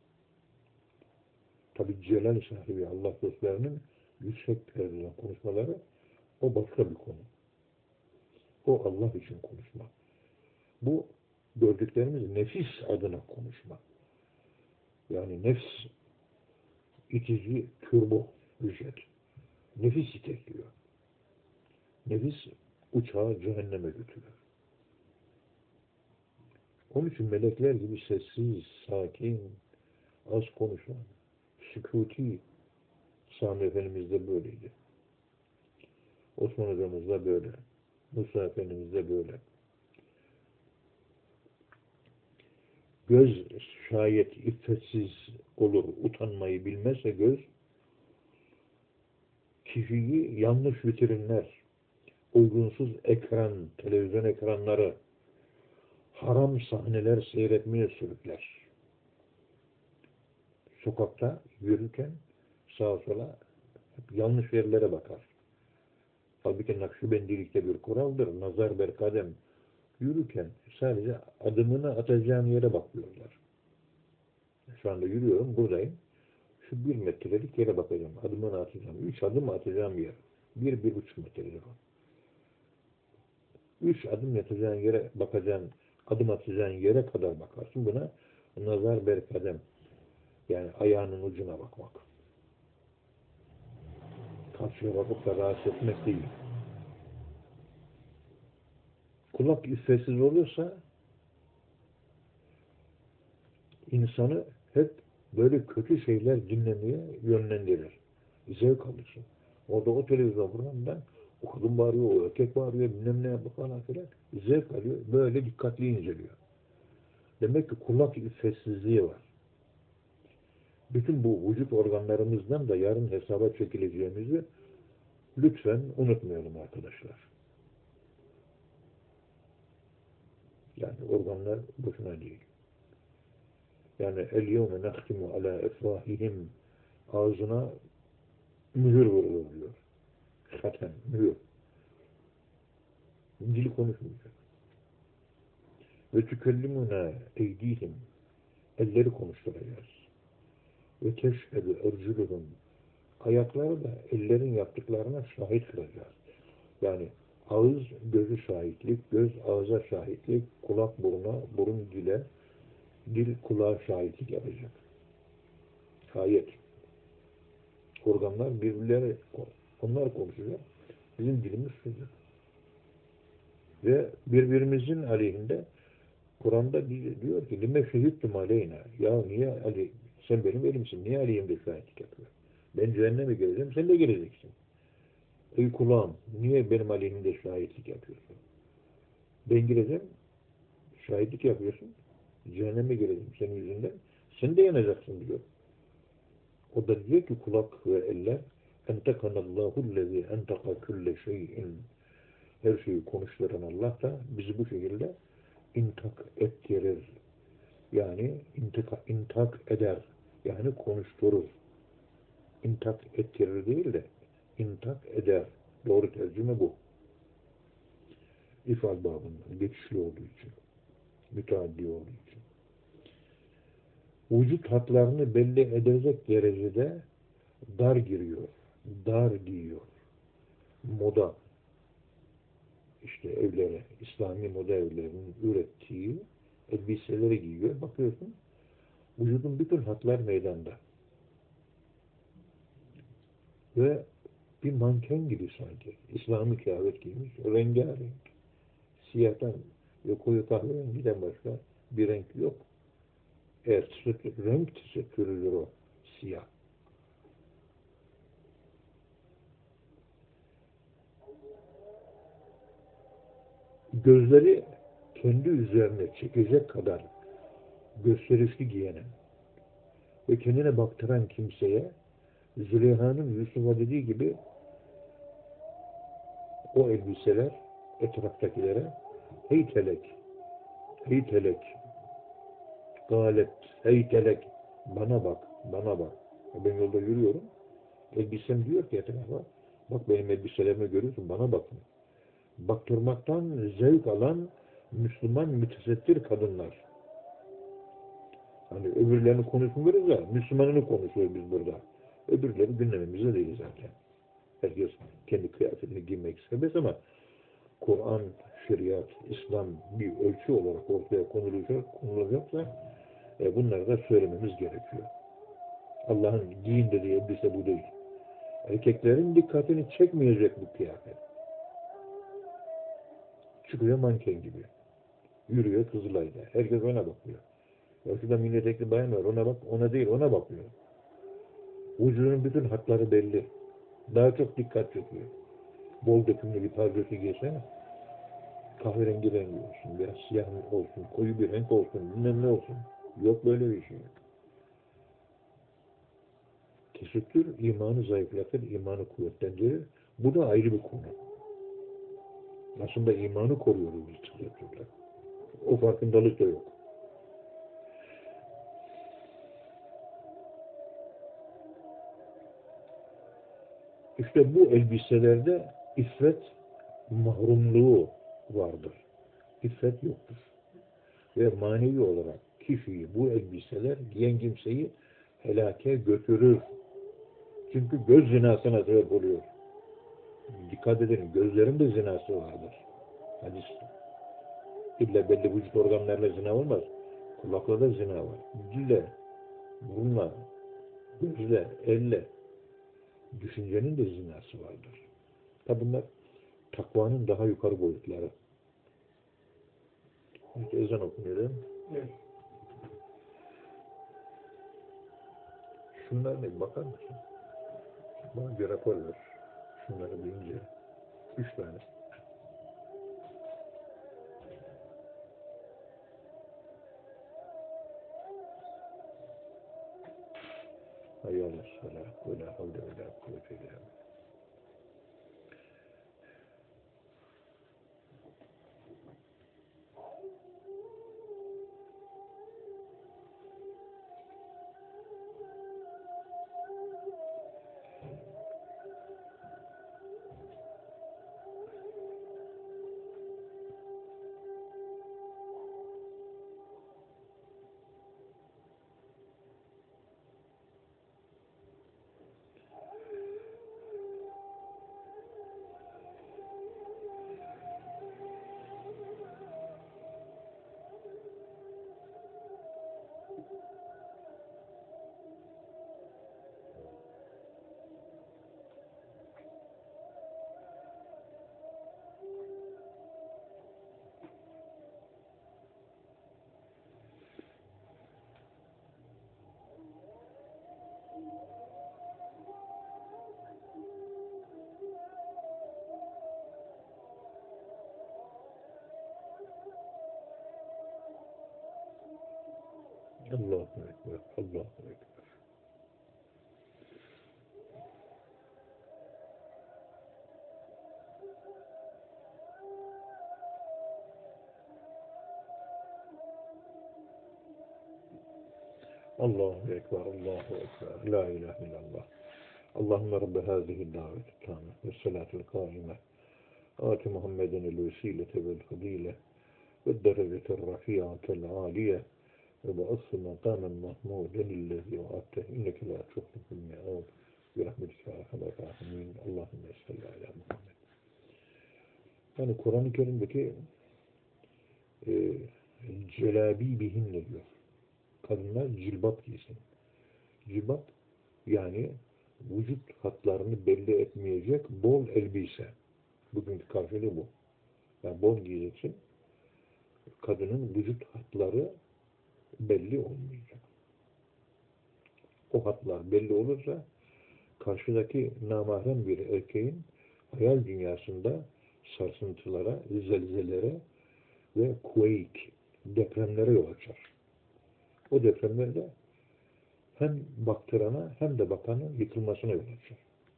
Tabi celal sahibi Allah dostlarının yüksek perdeden konuşmaları o başka bir konu. O Allah için konuşma. Bu gördüklerimiz nefis adına konuşma. Yani nefs itici turbo ücret. Nefis itekliyor. Nefis uçağı cehenneme götürüyor. Onun için melekler gibi sessiz, sakin, az konuşan, sükuti Sami Efendimiz de böyleydi. Osman Hocamız da böyle. Musa Efendimiz de böyle. Göz şayet iffetsiz olur, utanmayı bilmezse göz, kişiyi yanlış vitrinler, uygunsuz ekran, televizyon ekranları, haram sahneler seyretmeye sürükler. Sokakta yürürken sağa sola yanlış yerlere bakar. Halbuki Nakşibendilikte bir kuraldır. Nazar ber kadem. Yürürken sadece adımını atacağım yere bakıyorlar. Şu anda yürüyorum, buradayım. Şu 1 metrelik yere bakacağım. Adımını atacağım. 3 adım atacağım yer. 1-1,5 metrelik o. 3 adım atacağın yere bakacağın, adım atacağın yere kadar bakarsın. Buna nazar ber kadem. Yani ayağının ucuna bakmak. Karşıya bakıp da rahatsız etmek değil. Kulak iffetsiz olursa insanı hep böyle kötü şeyler dinlemeye yönlendirir. Zevk alırsın. Orada o televizyon programından o kadın bağırıyor, o erkek bağırıyor, bilmem ne yapıyor falan filan. Zevk alıyor. Böyle dikkatli inceliyor. Demek ki kulak iffetsizliği var. Bütün bu vücut organlarımızdan da yarın hesaba çekileceğimizi lütfen unutmayalım arkadaşlar. Yani organlar boşuna değil. Yani el-yevme nehtimu ala efvahihim, ağzına mühür vurulur diyor. Hatem, mühür. Dili konuşmayacak. Ve tükellimuna eydihim, elleri konuşturacağız. Ve teşhedü erculuhum, ayakları da ellerin yaptıklarına şahit kılacağız. Yani ağız gözü şahitlik, göz ağza şahitlik, kulak buruna, burun dile, dil kulağa şahitlik yapacak. Ayet. Organlar birbirleri, onlar konuşacak. Bizim dilimiz susacak. Ve birbirimizin aleyhinde Kur'an'da diyor ki lime şehittum aleyna. Ya niye Ali, sen benim elimsin. Niye aleyhimde şahitlik yapıyor? Ben cehenneme gireceğim, sen de gireceksin. Ey kulağım, niye benim aleyhimde şahitlik yapıyorsun? Ben gireceğim, şahitlik yapıyorsun. Cehenneme gireceğim senin yüzünden. Sen de yanacaksın diyor. O da diyor ki kulak ve eller entekanallahu lezi enteka külle şeyin. Her şeyi konuşturan Allah da bizi bu şekilde intak ettirir. Yani intak eder. Yani konuşturur. İntak ettirir değil de intak eder. Doğru tercüme bu. İfade babından geçişli olduğu için. Müteaddi olduğu için. Vücut hatlarını belli edecek derecede dar giriyor. Dar giyiyor. Moda işte evlere, İslami moda evlerinin ürettiği elbiseleri giyiyor. Bakıyorsun vücudun bütün hatlar meydanda. Ve bir manken gibi sanki. İslami kıyafet giymiş. Rengarenk. Siyahtan ve koyu kahverengiden başka bir renk yok. Renk tesettürüdür o. Siyah. Gözleri kendi üzerine çekecek kadar gösterişli giyenen ve kendine baktıran kimseye Züleyha'nın Yusuf'a dediği gibi o elbiseler etraftakilere heytelek, heytelek, galet, heytelek, bana bak, bana bak. Ben yolda yürüyorum. Elbisem diyor ki etrafa, bak benim elbiselerimi görüyorsun, bana bakın. Baktırmaktan zevk alan Müslüman mütesettir kadınlar. Hani öbürlerini konuşmuyoruz ya, Müslümanını konuşuyoruz biz burada. Öbürleri gündemimizde değil zaten. Herkes kendi kıyafetini giymek serbest ama Kur'an, şeriat, İslam bir ölçü olarak ortaya konulacaksa bunları da söylememiz gerekiyor. Allah'ın giyin dediği elbise bu değil. Erkeklerin dikkatini çekmeyecek bu kıyafet. Çıkıyor manken gibi. Yürüyor Kızılay'da. Herkes ona bakıyor. Ya şurada milletvekili bayan var. Ona bak. Ona değil. Ona bakmıyor. Vücudunun bütün hatları belli. Daha çok dikkat çekiyor. Bol dökümlü bir pardösü giysene. Kahverengi rengi olsun. Biraz siyah olsun. Koyu bir renk olsun. Bilmem ne olsun. Yok böyle bir şey. Tesettür imanı zayıflatır. İmanı kuvvetlendirir. Bu da ayrı bir konu. Aslında imanı koruyoruz biz tesettürle. O farkındalık da yok. İşte bu elbiselerde iffet mahrumluğu vardır. İffet yoktur. Ve manevi olarak kişiyi bu elbiseler giyen kimseyi helake götürür. Çünkü göz zinasına sebep oluyor. Dikkat edin, gözlerin de zinası vardır. Hadis. İlla belli vücut organlarla zina olmaz. Kulakla da zina var. Dille, burunla, gözle, elle, düşüncenin de zinası vardır. Tabi bunlar takvanın daha yukarı boyutları. İşte ezan okunuyor değil mi? Evet. Şunlar ne? Bakar mısın? Bana bir rapor ver. Şunları bir ince. 3 tane. Hayyâlâ salâh ve lâ havle ve lâ kuvvete illâ billah. Allahu Ekber, Allahu Ekber. Allahu Ekber, Allahu Ekber. La ilahe illallah. Allahümme Rabbe hâzihi daveti tâme ve salâtul kâime. Âti Muhammeden el vesilete vel fadîle ve derecetel rafîatel âliye ve ba'assı makâmen mahmûden illezî va'atte inneke lâ tuhliful mi'âd ve rahmetike erhamer rahimîn. Allahümme salli alâ Muhammed. Yani Kur'an-ı Kerim'deki celâbî bihinne diyor. Kadınlar cilbap giysin. Cilbap yani vücut hatlarını belli etmeyecek bol elbise. Bugünkü karşılığı bu. Yani bol giyeceksin. Kadının vücut hatları belli olmayacak. O hatlar belli olursa karşıdaki namahrem bir erkeğin hayal dünyasında sarsıntılara, zelzelere ve quake, depremlere yol açar. O depremlerde hem baktırana hem de bakanın yıkılmasına yol açar.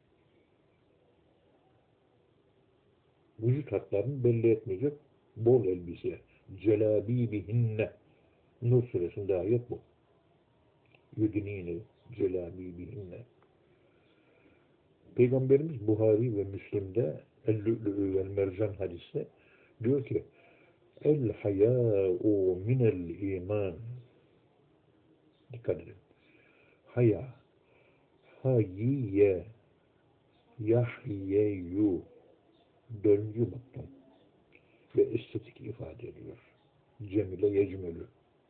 Vücut hatlarını belli etmeyecek bol elbise. Celâbîbihinne. Nur suresinde ayet bu. Yudinîne celâbîbihinne. Peygamberimiz Buhari ve Müslim'de El-Lü'lü vel Mercan hadiste diyor ki El hayâ'u minel iman. Dikkat edin. Haya, hayye, yahyeyu, döngü baktım ve estetik ifade ediyor. Cemile yecmelü.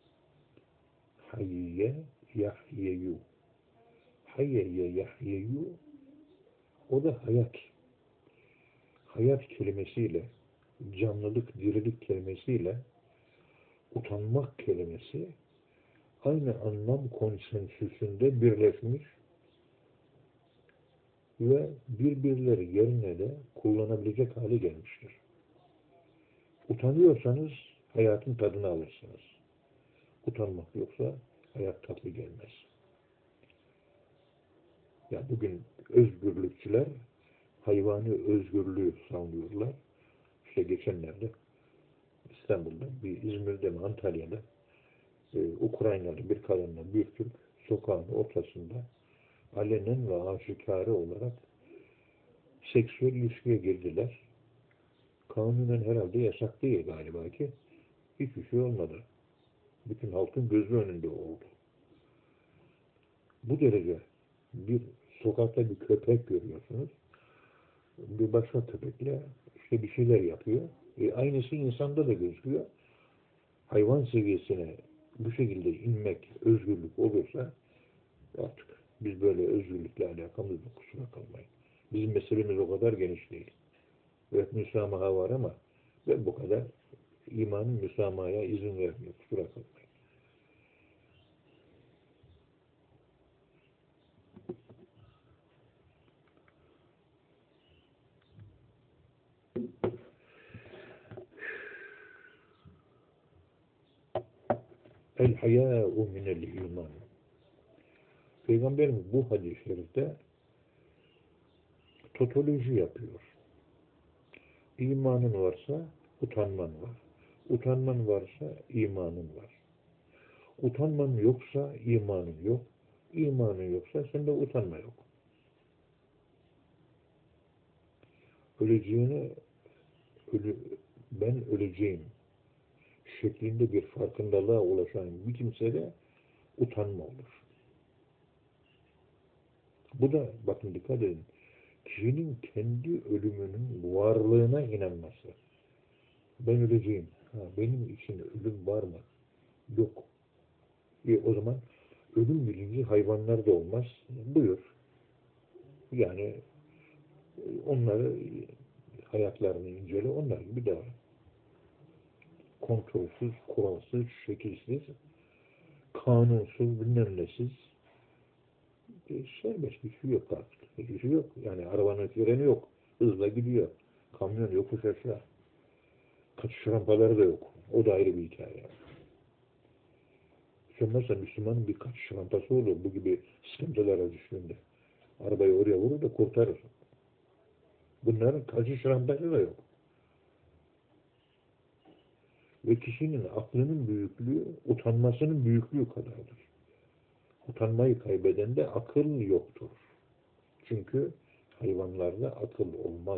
Hayye, yahyeyu. Hayyeye, yahyeyu, o da hayat. Hayat kelimesiyle, canlılık, dirilik kelimesiyle utanmak kelimesi aynı anlam konsensüsünde birleşmiş ve birbirleri yerine de kullanabilecek hale gelmiştir. Utanıyorsanız hayatın tadını alırsınız. Utanmak yoksa hayat tatlı gelmez. Ya bugün özgürlükçüler hayvani özgürlüğü savunuyorlar. İşte geçenlerde İstanbul'da, bir İzmir'de mi, Antalya'da Ukraynalı bir kadınla bir Türk sokağın ortasında alenen ve aşikare olarak seksüel ilişkiye girdiler. Kanunen herhalde yasak değil galiba ki. Hiçbir şey olmadı. Bütün halkın gözü önünde oldu. Bu derece bir sokakta bir köpek görüyorsunuz. Bir başka köpekle işte bir şeyler yapıyor. Aynısı insanda da gözüküyor. Hayvan seviyesine bu şekilde inmek özgürlük olursa artık biz böyle özgürlükle alakamız yok, kusura kalmayın. Bizim meselemiz o kadar geniş değil. Evet, müsamaha var ama ben bu kadar imanın müsamahaya izin vermiyor, kusura kalmayın. El hayâ'u minel iman. Peygamberimiz bu hadis-i şerifte totoloji yapıyor. İmanın varsa utanman var. Utanman varsa imanın var. Utanman yoksa imanın yok. İmanın yoksa sende utanma yok. Ben öleceğim şeklinde bir farkındalığa ulaşan bir kimsede utanma olur. Bu da bakın dikkat edin. Kişinin kendi ölümünün varlığına inanması. Ben öleceğim. Benim için ölüm var mı? Yok. O zaman ölüm bilinci hayvanlarda olmaz. Buyur. Yani onları hayatlarını incele, onlar gibi davran. Kontrolsüz, kuralsız, şekilsiz, kanunsuz, bilmem nesiz, serbest bir şey yok artık. Hiçbir şey yok. Yani arabanın freni yok. Hızla gidiyor. Kamyon yokuş aşağı. Kaçış rampaları da yok. O da ayrı bir hikaye. Sen mesela Müslümanın bir kaçış rampası olur bu gibi sıkıntılara düştüğünde. Arabayı oraya vurur da kurtarır. Bunların kaçış rampası da yok. Ve kişinin aklının büyüklüğü, utanmasının büyüklüğü kadardır. Utanmayı kaybedende akıl yoktur. Çünkü hayvanlarda akıl olmaz.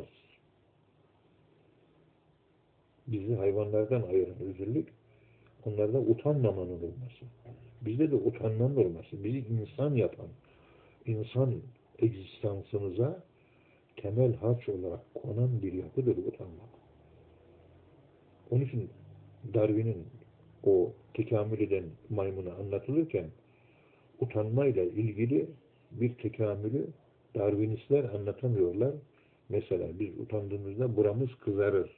Bizi hayvanlardan ayıran özellik, onlarda utanmamanın olması. Bizde de utanmanın olması. Bizi insan yapan, insan egzistansımıza temel harç olarak konan bir yapıdır utanmak. Onun için Darwin'in o tekamül eden maymunu anlatılırken utanmayla ilgili bir tekamülü Darwinistler anlatamıyorlar. Mesela biz utandığımızda buramız kızarır.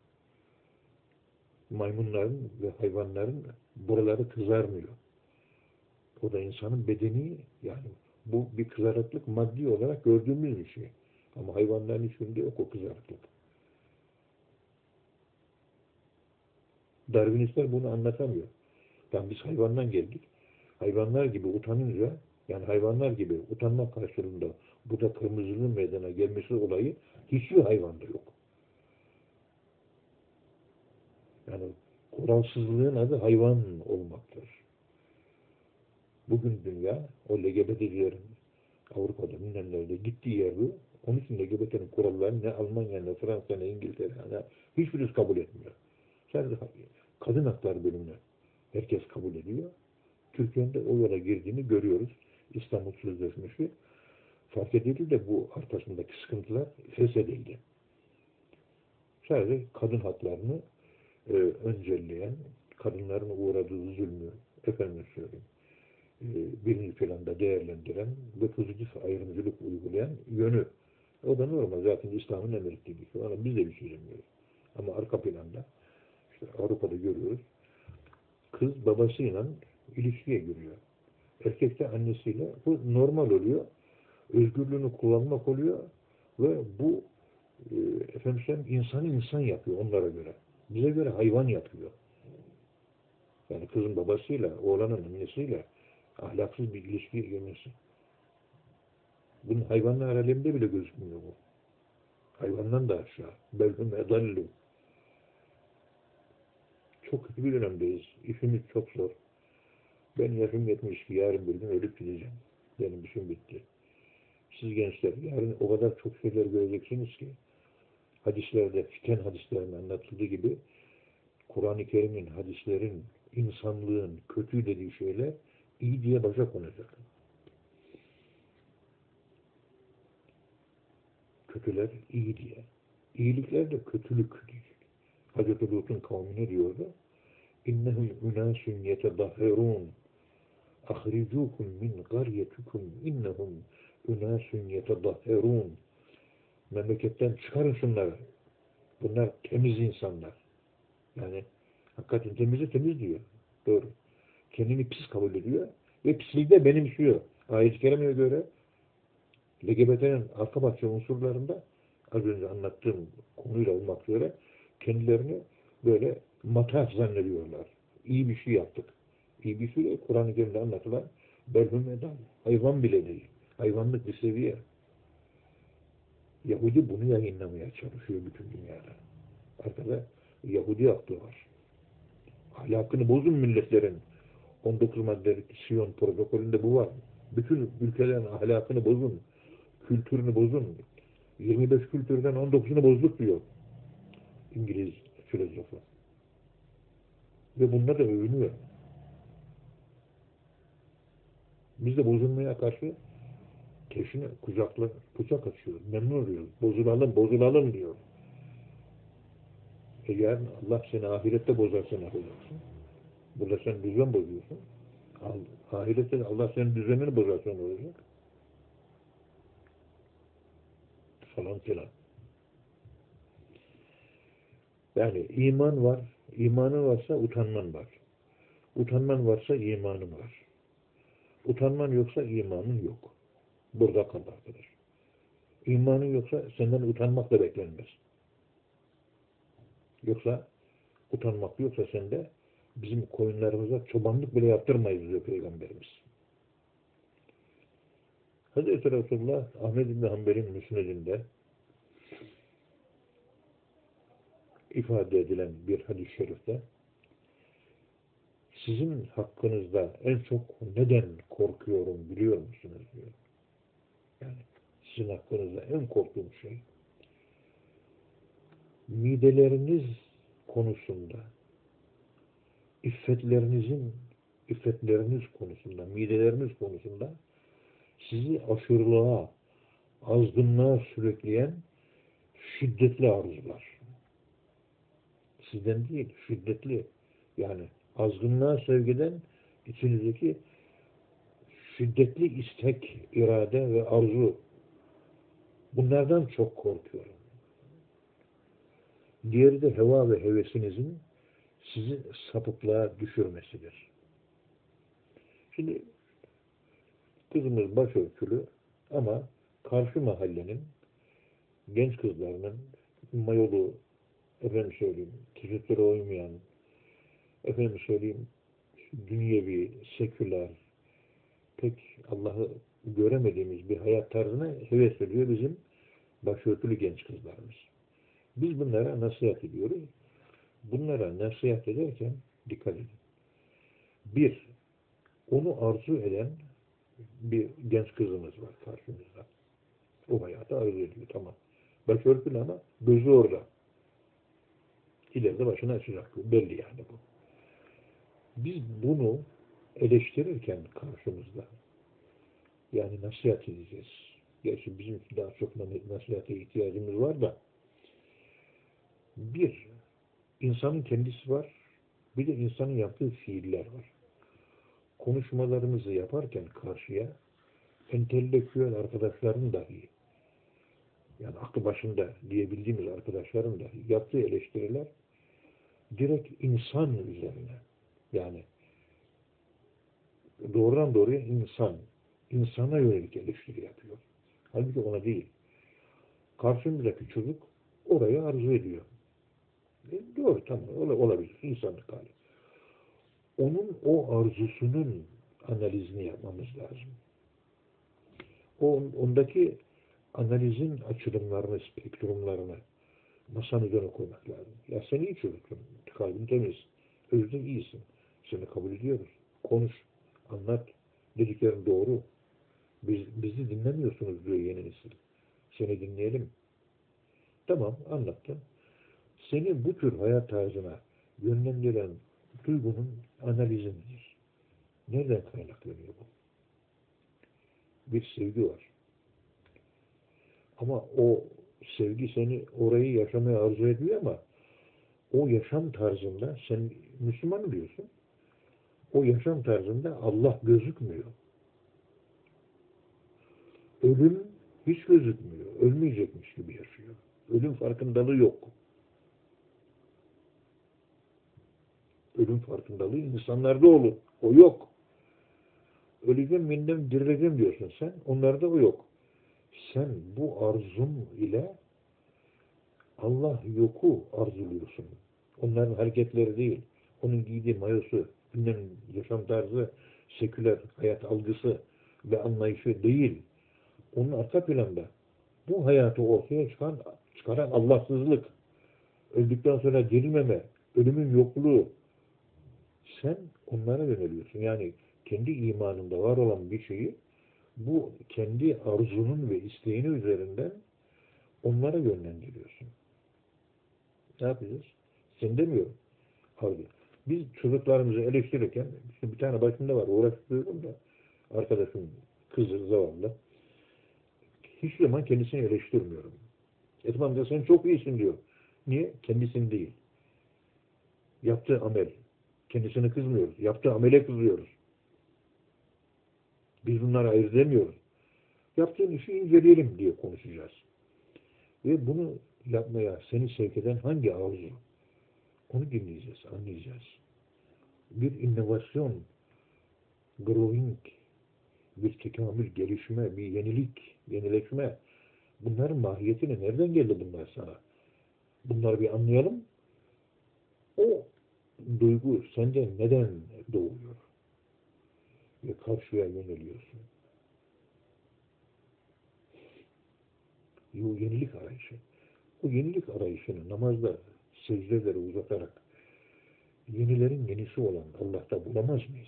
Maymunların ve hayvanların buraları kızarmıyor. O da insanın bedeni, yani bu bir kızarıklık maddi olarak gördüğümüz bir şey. Ama hayvanların hiçbirinde yok o kızarıklık. Darwinistler bunu anlatamıyor. Yani biz hayvandan geldik. Hayvanlar gibi utanınca, yani hayvanlar gibi utanmak karşılığında burada kırmızılığın meydana gelmesi olayı hiçbir hayvanda yok. Yani kuralsızlığın adı hayvan olmaktır. Bugün dünya o LGBT'cilerin Avrupa'da, Yunanlarda gittiği yer bu. Onun için LGBT'nin kurallarını ne Almanya, ne Fransa, ne İngiltere, ne hiçbirisi kabul etmiyor. Sadece kadın hakları bölümünü herkes kabul ediyor. Türkiye'nin de o yola girdiğini görüyoruz. İstanbul Sözleşmesi fark edildi de bu arkasındaki sıkıntılar feshedildi. Sadece kadın haklarını öncelleyen, kadınların uğradığı zulmü, efendim söyleyeyim, birinci planda değerlendiren ve pozitif ayrımcılık uygulayan yönü. O da normal. Zaten İslam'ın emrettiği bir şey. Ona biz de bir şey demiyoruz. Ama arka planda işte Avrupa'da görüyoruz. Kız babasıyla ilişkiye giriyor. Erkek de annesiyle. Bu normal oluyor. Özgürlüğünü kullanmak oluyor ve bu efendim insanı insan yapıyor onlara göre. Bize göre hayvan yapıyor. Yani kızın babasıyla, oğlanın annesiyle ahlaksız bir ilişkiye girmesi. Bunun hayvanlar aleminde bile gözükmüyor bu. Hayvandan da aşağı. Belhum edallu. Çok kötü bir dönemdeyiz. İşimiz çok zor. Ben yaşım 72, yarın bir gün ölüp gideceğim. Benim işim bitti. Siz gençler, yarın o kadar çok şeyler göreceksiniz ki, hadislerde, fiken hadislerinde anlatıldığı gibi, Kur'an-ı Kerim'in, hadislerin, insanlığın kötü dediği şeyler iyi diye başa konacak. Kötüler iyi diye. İyilikler de kötülük diyecek. Hazreti Lut'un kavmine diyordu. İnnehum unasun yetedahherun ahricukum min qaryetikum innehum unasun yetedahherun. Memleketten çıkarın şunları. Bunlar temiz insanlar. Yani hakikaten temizi temiz diyor. Doğru. Kendini pis kabul ediyor ve pisliği de benimsiyor. Ayet-i Kerime'ye göre LGBT'nin arka bahçe unsurlarında az önce anlattığım konuyla olmak üzere kendilerini böyle matah zannediyorlar. İyi bir şey yaptık. İyi bir şey Kur'an-ı Kerim'de anlatılan belhum edal. Hayvan bile değil. Hayvanlık bir seviye. Yahudi bunu yayınlamaya çalışıyor bütün dünyada. Arkada Yahudi aklı var. Ahlakını bozun milletlerin. 19 maddelik Siyon protokolünde bu var. Bütün ülkelerin ahlakını bozun. Kültürünü bozun. 25 kültürden 19'unu bozduk diyor İngiliz filozofu. Ve bununla da övünüyor. Biz de bozulmaya karşı keşine kucak açıyoruz. Memnun oluyoruz. Bozulalım, bozulalım diyor. Yarın Allah seni ahirette bozarsa ne yapacaksın? Burada sen düzen bozuyorsun. Ahirette Allah senin düzenini bozarsa ne olacak? Falan filan. Yani iman var. İmanın varsa utanman var. Utanman varsa imanın var. Utanman yoksa imanın yok. Burada kal arkadaş. İmanın yoksa senden utanmak da beklenmez. Yoksa utanmak yoksa sende Bizim koyunlarımıza çobanlık bile yaptırmayız diyor Peygamberimiz. Hazreti Resulullah Ahmed İbni Hanbel'in müsnedinde ifade edilen bir hadis-i şerifte sizin hakkınızda en çok neden korkuyorum biliyor musunuz diyor. Yani sizin hakkınızda en korktuğum şey mideleriniz konusunda iffetleriniz konusunda, mideleriniz konusunda sizi aşırılığa, azgınlığa sürükleyen şiddetli arzular. Sizden değil, şiddetli. Yani azgınlığa sevk eden içinizdeki şiddetli istek, irade ve arzu. Bunlardan çok korkuyorum. Diğeri de heva ve hevesinizin sizi sapıklığa düşürmesidir. Şimdi kızımız başörtülü ama karşı mahallenin genç kızlarının mayolu, efendim söyleyeyim, tesettüre uymayan, efendim söyleyeyim, dünyevi, seküler, pek Allah'ı göremediğimiz bir hayat tarzına heves ediyor bizim başörtülü genç kızlarımız. Biz bunlara nasihat ediyoruz. Bunlara nasihat ederken dikkat edin. Bir, onu arzu eden bir genç kızımız var karşımızda. O hayatı arzu ediyor, tamam. Başörtülü ama gözü orada. İleride başına açacak. Belli yani bu. Biz bunu eleştirirken karşımızda yani nasihat edeceğiz. Gerçi bizim daha çok nasihate ihtiyacımız var da bir, insanın kendisi var. Bir de insanın yaptığı fiiller var. Konuşmalarımızı yaparken karşıya entelektüel arkadaşların dahi yani aklı başında diyebildiğimiz arkadaşların dahi yaptığı eleştiriler direkt insan üzerine yani doğrudan doğruya insana yönelik eleştiri yapıyor. Halbuki ona değil. Karşımızdaki çocuk orayı arzu ediyor. Doğru, tamam, olabilir. İnsanlık hali. Onun o arzusunun analizini yapmamız lazım. Ondaki analizin açılımlarını, spektrumlarını masanın üzerine koymak lazım. Ya sen iyi çocuksun, kalbin temiz, özün iyisin. Seni kabul ediyoruz. Konuş, anlat, dediklerin doğru. Bizi dinlemiyorsunuz diyor yeni nesil. Seni dinleyelim. Tamam, anlattın. Seni bu tür hayat tarzına yönlendiren duygunun analizi nedir? Nereden kaynaklanıyor bu? Bir sevgi var. Ama o sevgi seni orayı yaşamaya arzu ediyor ama o yaşam tarzında sen Müslüman diyorsun. O yaşam tarzında Allah gözükmüyor. Ölüm hiç gözükmüyor. Ölmeyecekmiş gibi yaşıyor. Ölüm farkındalığı yok. Ölüm farkındalığı insanlarda olur. O yok. Öleceğim, yeniden dirileceğim diyorsun sen. Onlarda o yok. Sen bu arzun ile Allah yoku arzuluyorsun. Onların hareketleri değil. Onun giydiği mayosu, bilmem yaşam tarzı, seküler hayat algısı ve anlayışı değil. Onun arka planda bu hayatı ortaya çıkaran Allahsızlık, öldükten sonra dirilmeme, ölümün yokluğu, sen onlara yöneliyorsun. Yani kendi imanında var olan bir şeyi bu kendi arzunun ve isteğini üzerinden onlara yönlendiriyorsun. Ne yapacağız? Sen demiyorum. Abi, biz çocuklarımızı eleştirirken işte bir tane başımda var uğraştırıyorum da arkadaşım kızı zavallı. Hiç zaman kendisini eleştirmiyorum. Ethem amca sen çok iyisin diyor. Niye? Kendisini değil. Yaptığı amel. Kendisine kızmıyoruz. Yaptığı amele kızıyoruz. Biz bunları ayırt edemiyoruz. Yaptığın işi inceleyelim diye konuşacağız. Ve bunu yapmaya seni sevk eden hangi arzu? Onu dinleyeceğiz, anlayacağız. Bir inovasyon, growing, bir tekamül, gelişme, bir yenilik, yenileşme. Bunların mahiyetini nereden geldi bunlar sana? Bunları bir anlayalım. O duygu sende neden doğuyor? Ve karşıya yöneliyorsun. Bu yenilik arayışı. Bu yenilik arayışını namazda secdeleri uzatarak yenilerin yenisi olan Allah'ta bulamaz mıyız?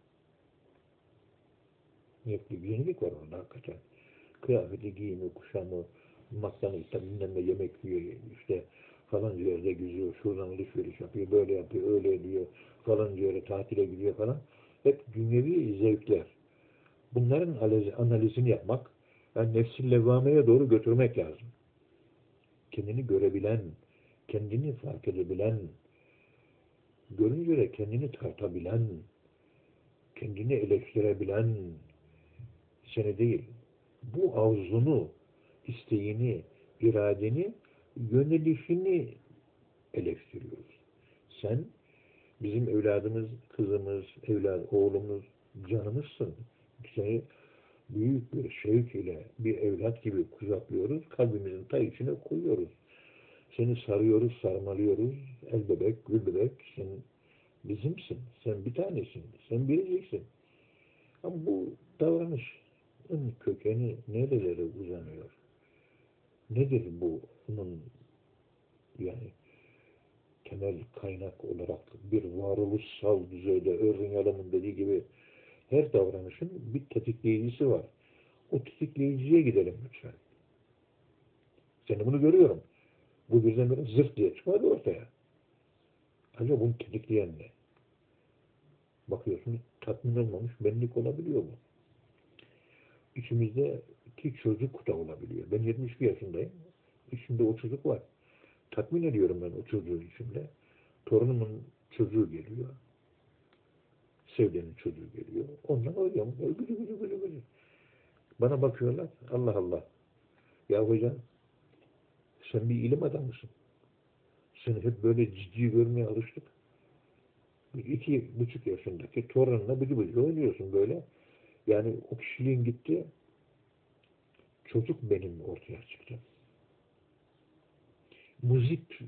Bir yenilik var orada hakikaten. Kıyafeti, giyimi, kuşamı, masanı, bilmem ne yemek yiyor, işte falanca yerde geziyor, şuradan alışveriş yapıyor, böyle yapıyor, öyle ediyor, falanca yere tatile gidiyor falan. Hep dünyevi zevkler. Bunların analizini yapmak, yani nefs-i levvameye doğru götürmek lazım. Kendini görebilen, kendini fark edebilen, görünce de kendini tartabilen, kendini eleştirebilen, seni değil, bu arzunu, isteğini, iradeni, yönelişini eleştiriyoruz. Sen bizim evladımız, kızımız, oğlumuz, canımızsın. Seni büyük bir şevk ile bir evlat gibi kucaklıyoruz, kalbimizin ta içine koyuyoruz. Seni sarıyoruz, sarmalıyoruz, el bebek, gül bebek, sen bizimsin, sen bir tanesin, sen biriciksin. Ama bu davranışın kökeni nerelere uzanıyor? Nedir bu? Bunun yani temel kaynak olarak bir varoluşsal düzeyde Irving Yalom'un dediği gibi her davranışın bir tetikleyicisi var. O tetikleyiciye gidelim lütfen. Seni bunu görüyorum. Bu birdenbire zırt diye çıkmadı ortaya. Acaba bunu tetikleyen ne? Bakıyorsunuz tatmin olmamış benlik olabiliyor mu? İçimizdeki çocuk da olabiliyor. Ben 72 yaşındayım. İçimde o çocuk var. Tatmin ediyorum ben o çocuğu içimde. Torunumun çocuğu geliyor. Sevdiğinin çocuğu geliyor. Ondan oynuyorum. Gülü. Bana bakıyorlar. Allah Allah. Ya hocam sen bir ilim adamısın. Seni hep böyle ciddi görmeye alıştık. 2,5 yaşındaki torunla bıcı oynuyorsun böyle. Yani o kişiliğin gitti. Çocuk benim ortaya çıktı. Müzik.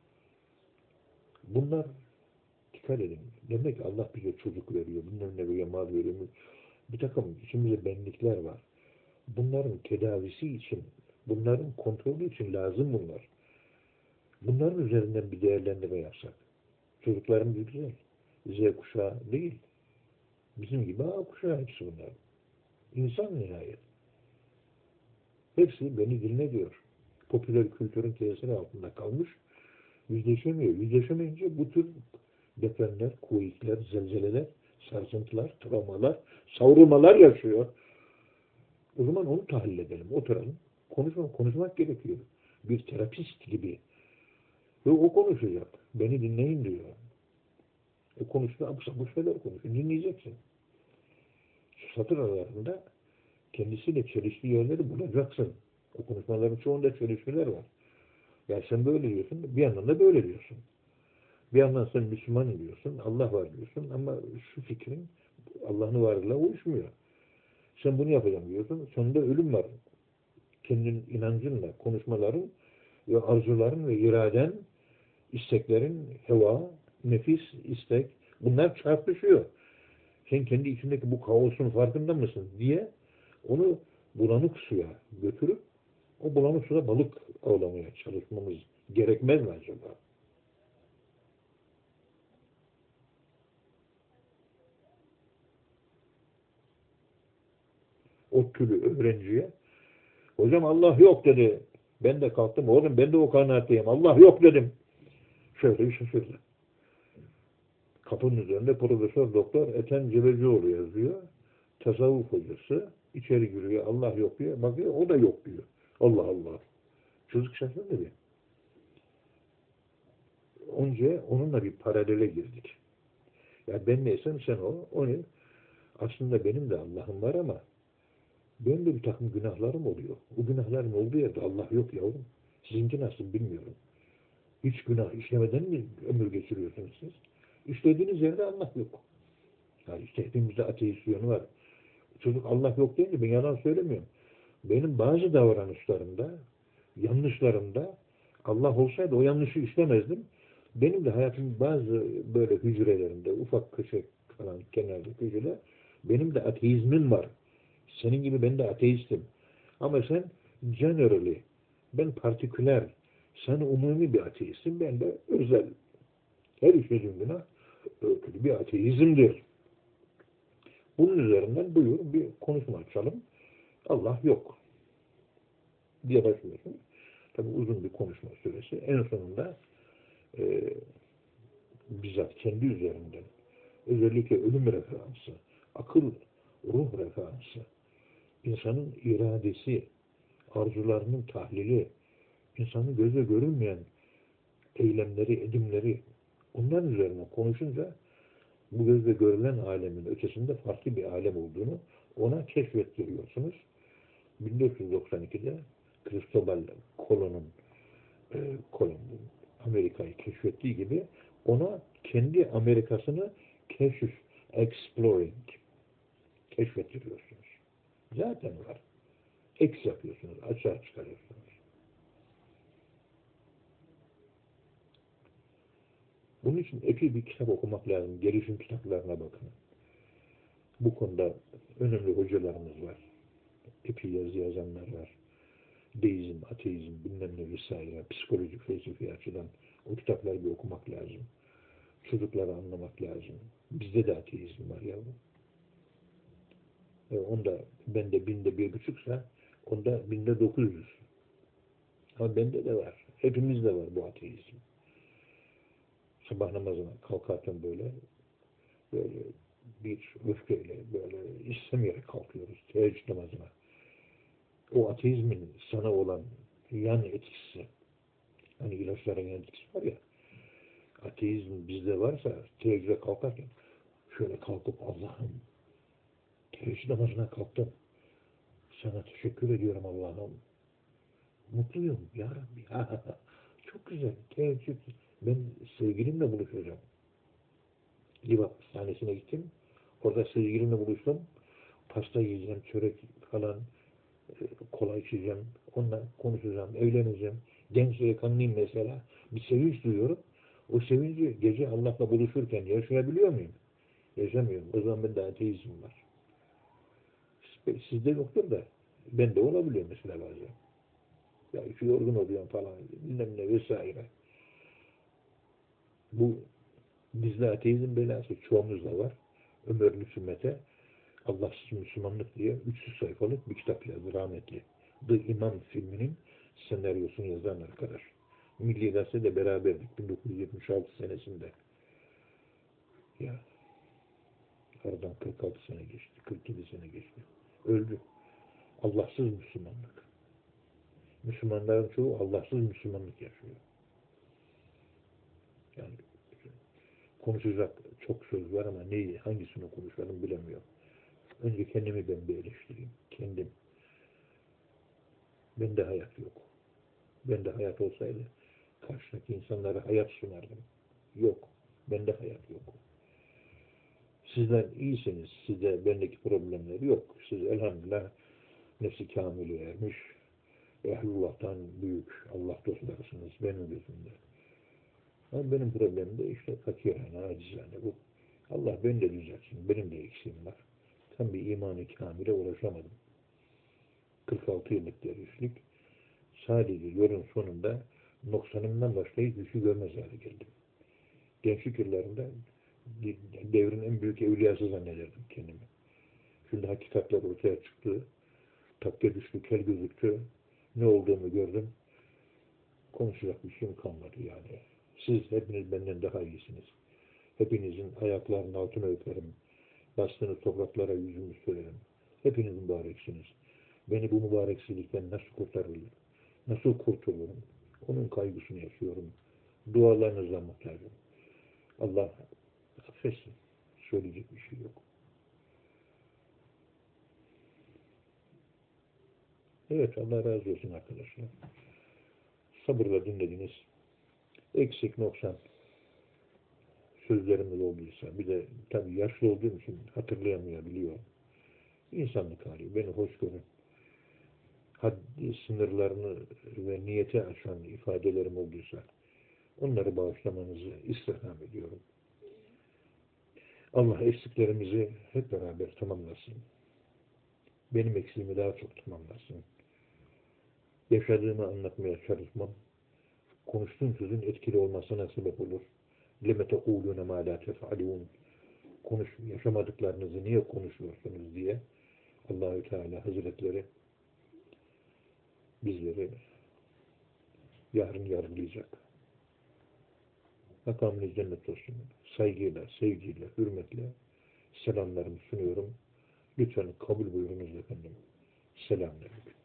Bunlar dikkat edin. Demek ki Allah bize çocuk veriyor. Bilmem ne böyle mal veriyor. Bir takım içimizde benlikler var. Bunların tedavisi için, bunların kontrolü için lazım bunlar. Bunların üzerinden bir değerlendirme yapsak. Çocuklarımız güzel. Z kuşağı değil. Bizim gibi A kuşağı hepsi bunlar. İnsan nihayet. Hepsi beni dinle diyor. Popüler kültürün tesiri altında kalmış. Yüzleşemiyor. Yüzleşemeyince bu tür depremler, kuvvetler, zelzeleler, sarsıntılar, travmalar, savrulmalar yaşıyor. O zaman onu tahlil edelim. Oturalım. Konuşmak gerekiyor. Bir terapist gibi. Ve o konuşacak. Beni dinleyin diyor. Konuştu, abuk şeyler konuşuyor. Dinleyeceksin. Şu satır aralarında kendisiyle çeliştiği yerleri bulacaksın. O konuşmaların çoğunda çelişkiler var. Yani sen böyle diyorsun, bir yandan da böyle diyorsun. Bir yandan sen Müslüman diyorsun, Allah var diyorsun ama şu fikrin Allah'ın varlığıyla uyuşmuyor. Sen bunu yapacağım diyorsun, sonunda ölüm var. Kendin inancınla, konuşmaların ve arzuların ve iraden, isteklerin, heva, nefis, istek, bunlar çarpışıyor. Sen kendi içindeki bu kaosun farkında mısın diye onu bulanık suya götürüp o bulanık suda balık avlamaya çalışmamız gerekmez mi acaba? O türlü öğrenciye hocam Allah yok dedi. Ben de kalktım. Oğlum ben de o kanaatteyim. Allah yok dedim. Şöyle bir şaşırdı. Kapının üzerinde Profesör Doktor Ethem Cebecioğlu yazıyor. Tasavvuf hocası. İçeri giriyor. Allah yok diyor. Bakıyor o da yok diyor. Allah Allah. Çocuk şaşırdı bir. Önce onunla bir paralele girdik. Ya ben neysem sen o. O ne? Aslında benim de Allah'ım var ama benim de bir takım günahlarım oluyor. O günahlarım olduğu yerde Allah yok yavrum. Sizinki nasıl bilmiyorum. Hiç günah işlemeden mi ömür geçiriyorsunuz siz? İşlediğiniz yerde Allah yok. Yani işte hepimizde ateist yönü var. Çocuk Allah yok deyince ben yalan söylemiyorum. Benim bazı davranışlarımda, yanlışlarımda Allah olsaydı o yanlışı işlemezdim. Benim de hayatımın bazı böyle hücrelerinde, ufak köşe falan, kenarda köşede benim de ateizmim var. Senin gibi ben de ateistim. Ama sen generally, ben partiküler, sen umumi bir ateistsin, ben de özel. Her işlediğim günah örtülü bir ateizmdir. Bunun üzerinden buyur bir konuşma açalım. Allah yok diye başlıyorsun. Tabii uzun bir konuşma süresi. En sonunda e, bizzat kendi üzerinden özellikle ölüm referansı, akıl, ruh referansı, insanın iradesi, arzularının tahlili, insanın göze görünmeyen eylemleri, edimleri, onların üzerine konuşunca bu gözle görülen alemin ötesinde farklı bir alem olduğunu ona keşfettiriyorsunuz. 1492'de Cristobal Colon'un Amerika'yı keşfettiği gibi ona kendi Amerika'sını exploring, keşfettiriyorsunuz. Zaten var. X yapıyorsunuz, açığa çıkarıyorsunuz. Bunun için epey bir kitap okumak lazım. Gelişim kitaplarına bakın. Bu konuda önemli hocalarımız var. Epey yazı yazanlar var. Deizm, ateizm, bilmem ne vesaire, psikolojik, felsefi açıdan o kitapları bir okumak lazım. Çocukları anlamak lazım. Bizde de ateizm var yavrum. Onda bende binde 1,5'sa onda binde 900. Ama bende de var. Hepimizde var bu ateizm. Sabah namazına kalkarken böyle bir öfkeyle böyle istemeyerek kalkıyoruz teheccüd namazına. O ateizmin sana olan yan etkisi, hani ilaçların yan etkisi var ya, ateizm bizde varsa teheccüde kalkarken şöyle kalkıp Allah'ım teheccüd namazına kalktım. Sana teşekkür ediyorum Allah'ım. Mutluyum ya Rabbi. Çok güzel. Teheccüd. Ben sevgilimle buluşacağım. Liva hastanesine gittim. Orada sevgilimle buluştum. Pasta yiyeceğim, çörek falan, kola içeceğim. Onunla konuşacağım, evleneceğim. Genç delikanlıyım mesela. Bir sevinç duyuyorum. O sevinci gece Allah'la buluşurken yaşayabiliyor muyum? Yaşamıyorum. O zaman bende ateizm var. Sizde yoktur da bende olabiliyor mesela bazen. Ya iki yorgun oluyorum falan, bilmem ne vesaire. Bu bizde ateizm belası çoğumuzda var. Ömer Lüsümete Allahsız Müslümanlık diye 300 sayfalık bir kitap yazdı rahmetli. The Imam filminin senaryosunu yazan arkadaş. Milli Gazete'de beraberdik 1976 senesinde. Ya aradan 46 sene geçti, 47 sene geçti. Öldü. Allahsız Müslümanlık. Müslümanların çoğu Allahsız Müslümanlık yaşıyor. Yani konuşacak çok söz var ama neyi, hangisini konuşalım bilemiyorum. Önce kendimi ben bir eleştireyim. Kendim. Bende hayat yok. Bende hayat olsaydı karşıdaki insanlara hayat sunardım. Yok. Bende hayat yok. Sizler iyisiniz. Sizde bendeki problemler yok. Siz elhamdülillah nefsi kamili ermiş. Ehlullah'tan büyük Allah dostlarısınız benim gözümde. Ama benim problemim de işte fakirhane, acizane bu. Allah beni de düzeltsin. Benim de eksiğim var. Tam bir iman-ı kamile ulaşamadım. 46 yıllık dervişlik. Sadece yolun sonunda noksanımdan başlayıp yüzü görmez hale geldim. Gençlik yıllarında devrin en büyük evliyası zannederdim kendimi. Şimdi hakikatler ortaya çıktı. Takke düştü, kel gözüktü. Ne olduğumu gördüm. Konuşacak bir şeyim kalmadı yani. Siz hepiniz benden daha iyisiniz. Hepinizin ayaklarının altına öperim. Bastığınız topraklara yüzümü sürerim. Hepiniz mübareksiniz. Beni bu mübareksizlikten nasıl kurtarılır? Nasıl kurtulurum? Onun kaygısını yaşıyorum. Dualarınızla muhtacım. Allah affetsin. Söyleyecek bir şey yok. Evet, Allah razı olsun arkadaşlar. Sabırla dinlediniz. Eksik noksan sözlerimiz olduysa, bir de tabii yaşlı olduğum için hatırlayamayabiliyorum. İnsanlık hali. Beni hoş görün. Haddi sınırlarını ve niyeti aşan ifadelerim olduysa Onları bağışlamanızı istirham ediyorum. Allah eksiklerimizi hep beraber tamamlasın. Benim eksiğimi daha çok tamamlasın. Yaşadığımı anlatmaya çalışmam, konuştuğum sözün etkili olmasına sebep olur. لَمَ تَقُولُونَ مَا لَا تَفْعَلُونَ Yaşamadıklarınızı niye konuşuyorsunuz diye Allahü Teala Hazretleri bizleri yarın yargılayacak. Makamınız cennet olsun. Saygıyla, sevgiyle, hürmetle selamlarımı sunuyorum. Lütfen kabul buyurunuz efendim. Selamünaleyküm.